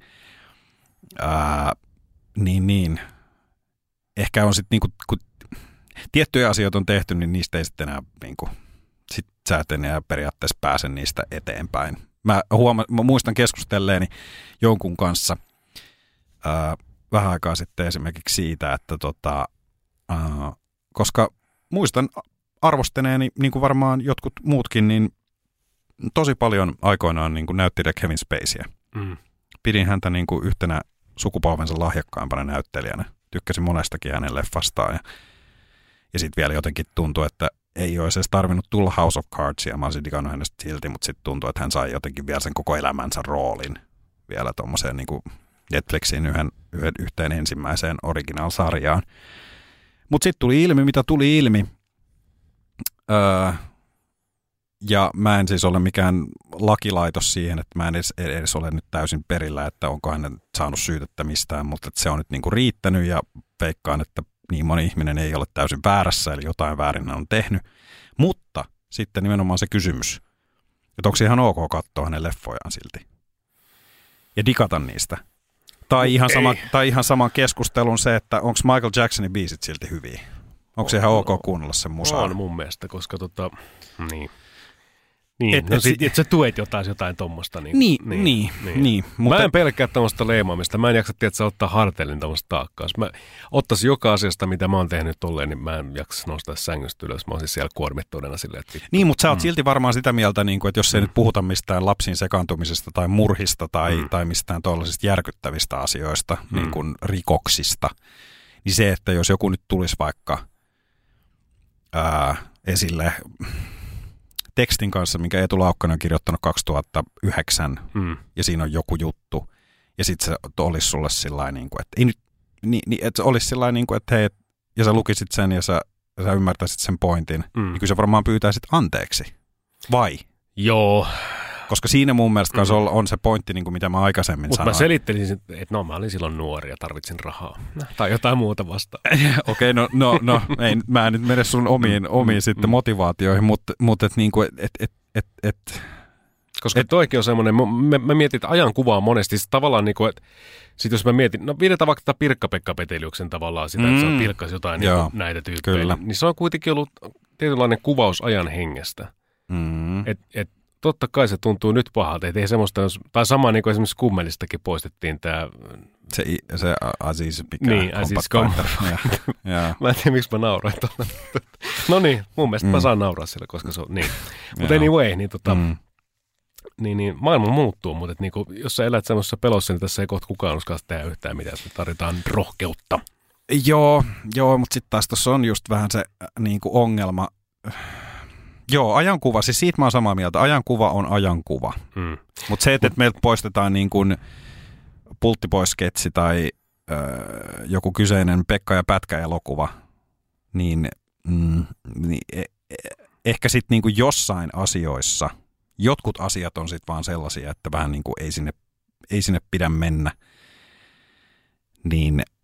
ää, niin, niin ehkä on sitten, niin kun tiettyjä asioita on tehty, niin niistä ei sitten enää niin kuin, sit sä et enää periaatteessa pääse niistä eteenpäin. Mä, huoma- mä muistan keskustelleeni jonkun kanssa ää, vähän aikaa sitten esimerkiksi siitä, että tota, ää, koska muistan arvostaneeni, niin kuin varmaan jotkut muutkin, niin tosi paljon aikoinaan niin kuin näyttelijä Kevin Spaceyä. Mm. Pidin häntä niin kuin yhtenä sukupolvensa lahjakkaimpana näyttelijänä. Tykkäsin monestakin hänen leffastaan ja, ja sitten vielä jotenkin tuntui, että ei olisi edes tarvinnut tulla House of Cardsia, mä olisin digannut hänestä silti, mutta sitten tuntui, että hän sai jotenkin vielä sen koko elämänsä roolin vielä tuommoiseen niin kuin Netflixin yhden, yhden yhteen ensimmäiseen original-sarjaan. Mutta sitten tuli ilmi, mitä tuli ilmi. Öö, ja mä en siis ole mikään lakilaitos siihen, että mä en edes, edes ole nyt täysin perillä, että onko hän saanut syytettä mistään, mutta se on nyt niinku riittänyt ja veikkaan, että niin moni ihminen ei ole täysin väärässä, eli jotain väärin on tehnyt. Mutta sitten nimenomaan se kysymys, että onko ihan ok katsoa hänen leffojaan silti ja digata niistä. Tai ihan, sama, tai ihan saman keskustelun se, että onko Michael Jacksonin biisit silti hyviä. Onko se ihan ok kuunnella sen musaa? On mun mielestä, koska tota, niin. Niin, et, no et, sit, et sä tuet jotain, jotain tommosta. Niin, niin, niin, niin, niin. niin mutta mä en pelkää tommosta leimaamista. Mä en jaksa tiedä, että sä ottaa harteillin tommosta taakkaa. Mä ottaisin joka asiasta, mitä mä oon tehnyt tolleen, niin mä en jaksa nostaa sängystä ylös. Mä oon siis siellä kuormittuudena silleen, että vittu. Niin, mutta sä oot mm. silti varmaan sitä mieltä, että jos ei mm. nyt puhuta mistään lapsiin sekaantumisesta tai murhista tai, mm. tai mistään tuollaisista järkyttävistä asioista, mm. niin kuin rikoksista, niin se, että jos joku nyt tulisi vaikka ää, esille tekstin kanssa, minkä Eetu Laukkanen on kirjoittanut kaksituhattayhdeksän, mm. ja siinä on joku juttu, ja sitten se olisi sulle sillain, niin kuin, että ei nyt, niin, niin, että se olisi sillain, niin kuin, että hei, ja sä lukisit sen, ja sä, sä ymmärtäisit sen pointin, mm. niin kyllä sä varmaan pyytäisit anteeksi. Vai? Joo. Koska siinä mun mielestä mm. on, on se pointti, niin kuin mitä mä aikaisemmin Mut sanoin. Mutta mä selittelin, että no mä olin silloin nuori ja tarvitsin rahaa. Tai jotain muuta vastaan. Okei, okay, no, no, no ei, mä en nyt mene sun omiin, omiin mm. sitten motivaatioihin, mutta, mutta et, niin kuin, et, et, et, et, koska et, toikin on semmoinen, mä, mä mietin, että ajankuvaa monesti, siis tavallaan niin kuin, että sit jos mä mietin, no pidetään vaikka tätä Pirkka-Pekka Peteliuksen tavallaan sitä, mm. että se pilkkasi jotain niin näitä tyyppejä, kyllä. Niin se on kuitenkin ollut tietynlainen kuvaus ajan hengestä. Mm. Että et, totta kai se tuntuu nyt pahalta, että ei semmoista, tai sama niin kuin esimerkiksi Kummelistakin poistettiin tämä. Se, se Aziz, mikä niin, Aziz Kompa. Mä en tiedä, miksi mä nauroin tuolla. No niin, mun mielestä mm. mä saan nauraa sillä, koska se on niin. Mutta anyway, niin, tota, mm. niin, niin maailma muuttuu, mutta niin kuin, jos sä elät semmoisessa pelossa, niin tässä ei kohta kukaan uskalla tehdä yhtään mitään, että tarvitaan rohkeutta. Joo, joo, mutta sitten taas tuossa on just vähän se niin kuin ongelma. Joo, ajankuva, siis siitä mä oon samaa mieltä. Ajankuva on ajankuva. Hmm. Mutta se, että et meiltä poistetaan niin kuin pulttipoisketsi tai ö, joku kyseinen Pekka ja Pätkä-elokuva, niin, mm, niin e- e- ehkä sitten niin kuin jossain asioissa, jotkut asiat on sitten vaan sellaisia, että vähän niin kuin ei sinne, ei sinne pidä mennä. Niin,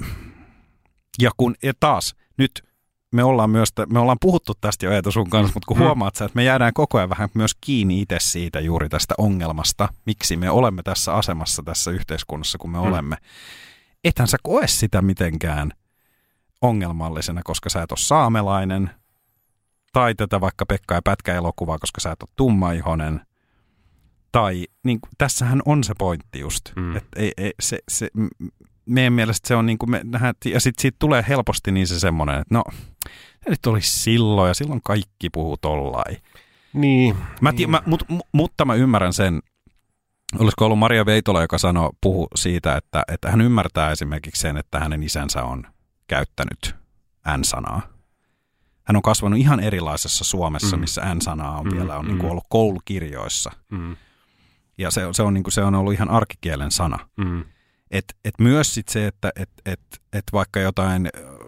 ja kun ja taas nyt me ollaan myös, me ollaan puhuttu tästä jo Eetu sun kanssa, mutta kun mm. huomaat sä, että me jäädään koko ajan vähän myös kiinni itse siitä juuri tästä ongelmasta, miksi me olemme tässä asemassa tässä yhteiskunnassa, kun me mm. olemme. Ethän sä koe sitä mitenkään ongelmallisena, koska sä et ole saamelainen, tai tätä vaikka Pekka ja Pätkä-elokuvaa, koska sä et ole tummaihonen, tai niin, tässähän on se pointti just, mm. että ei, ei, se, se, meidän mielestä se on niin kuin me nähdään, ja sitten siitä tulee helposti niin se semmoinen, että no, se nyt olisi silloin, ja silloin kaikki puhuu tollain. Niin. Mä niin. Tii, mä, mut, mutta mä ymmärrän sen, olisiko ollut Maria Veitola, joka sanoi, puhu siitä, että, että hän ymmärtää esimerkiksi sen, että hänen isänsä on käyttänyt N-sanaa. Hän on kasvanut ihan erilaisessa Suomessa, mm. missä N-sanaa on mm. vielä on mm. niin kuin ollut koulukirjoissa. Mm. Ja se, se, on, niin kuin, se on ollut ihan arkikielen sana. Mm. Et, et myös sit se, että et, et, et vaikka jotain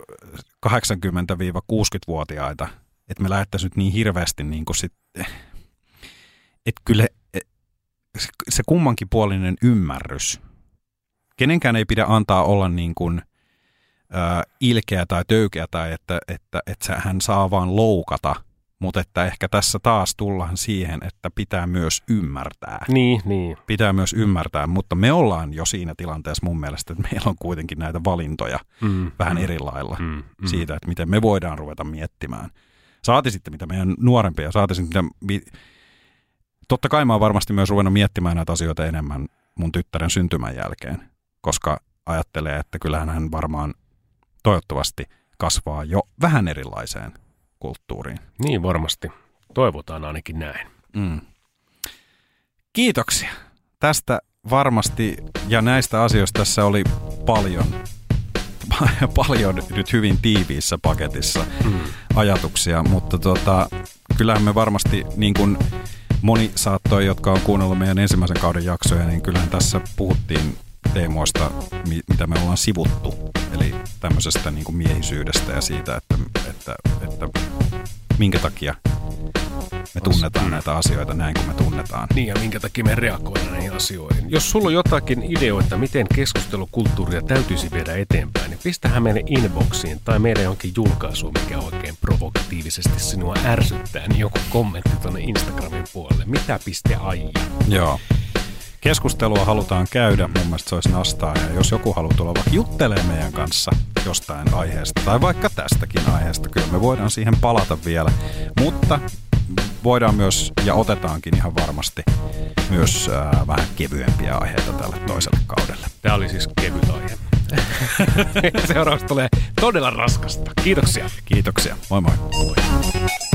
kahdeksankymmentä-kuusikymmentävuotiaita, että me lähdettäisiin nyt niin hirveästi, niin kuin sit, että kyllä et, se kummankin puolinen ymmärrys. Kenenkään ei pidä antaa olla niin kuin äh, ilkeä tai töykeä tai että, että, että hän saa vaan loukata, mutta että ehkä tässä taas tullaan siihen, että pitää myös ymmärtää. Niin, niin. Pitää myös ymmärtää, mutta me ollaan jo siinä tilanteessa mun mielestä, että meillä on kuitenkin näitä valintoja mm, vähän mm, eri lailla mm, mm. siitä, että miten me voidaan ruveta miettimään. Saati sitten, mitä meidän nuorempia, saati sitten, mitä... Totta kai mä oon varmasti myös ruvennut miettimään näitä asioita enemmän mun tyttären syntymän jälkeen, koska ajattelee, että kyllähän hän varmaan toivottavasti kasvaa jo vähän erilaiseen kulttuuriin. Niin varmasti. Toivotaan ainakin näin. Mm. Kiitoksia. Tästä varmasti ja näistä asioista tässä oli paljon, paljon nyt hyvin tiiviissä paketissa mm. ajatuksia, mutta tota, kyllähän me varmasti niin kuin moni saattoi, jotka on kuunnellut meidän ensimmäisen kauden jaksoja, niin kyllähän tässä puhuttiin teemoista, mitä me ollaan sivuttu. Eli tämmöisestä niin kuin miehisyydestä ja siitä, että, että, että minkä takia me tunnetaan näitä asioita näin kuin me tunnetaan. Niin ja minkä takia me reagoidaan näihin asioihin. Jos sulla on jotakin ideoita, miten keskustelukulttuuria täytyisi viedä eteenpäin, niin pistähän meille inboxiin tai meidän jonkin julkaisuun, mikä oikein provokatiivisesti sinua ärsyttää, niin joku kommentti tuonne Instagramin puolelle. Mitä piste aija? Joo. Keskustelua halutaan käydä, mun mielestä se olisi nastaa, ja jos joku haluaa tulla vaikka juttelemaan meidän kanssa jostain aiheesta, tai vaikka tästäkin aiheesta, kyllä me voidaan siihen palata vielä, mutta voidaan myös, ja otetaankin ihan varmasti, myös äh, vähän kevyempiä aiheita tälle toiselle kaudelle. Tämä oli siis kevyt aihe. Seuraavaksi tulee todella raskasta. Kiitoksia. Kiitoksia. Moi moi. Moi.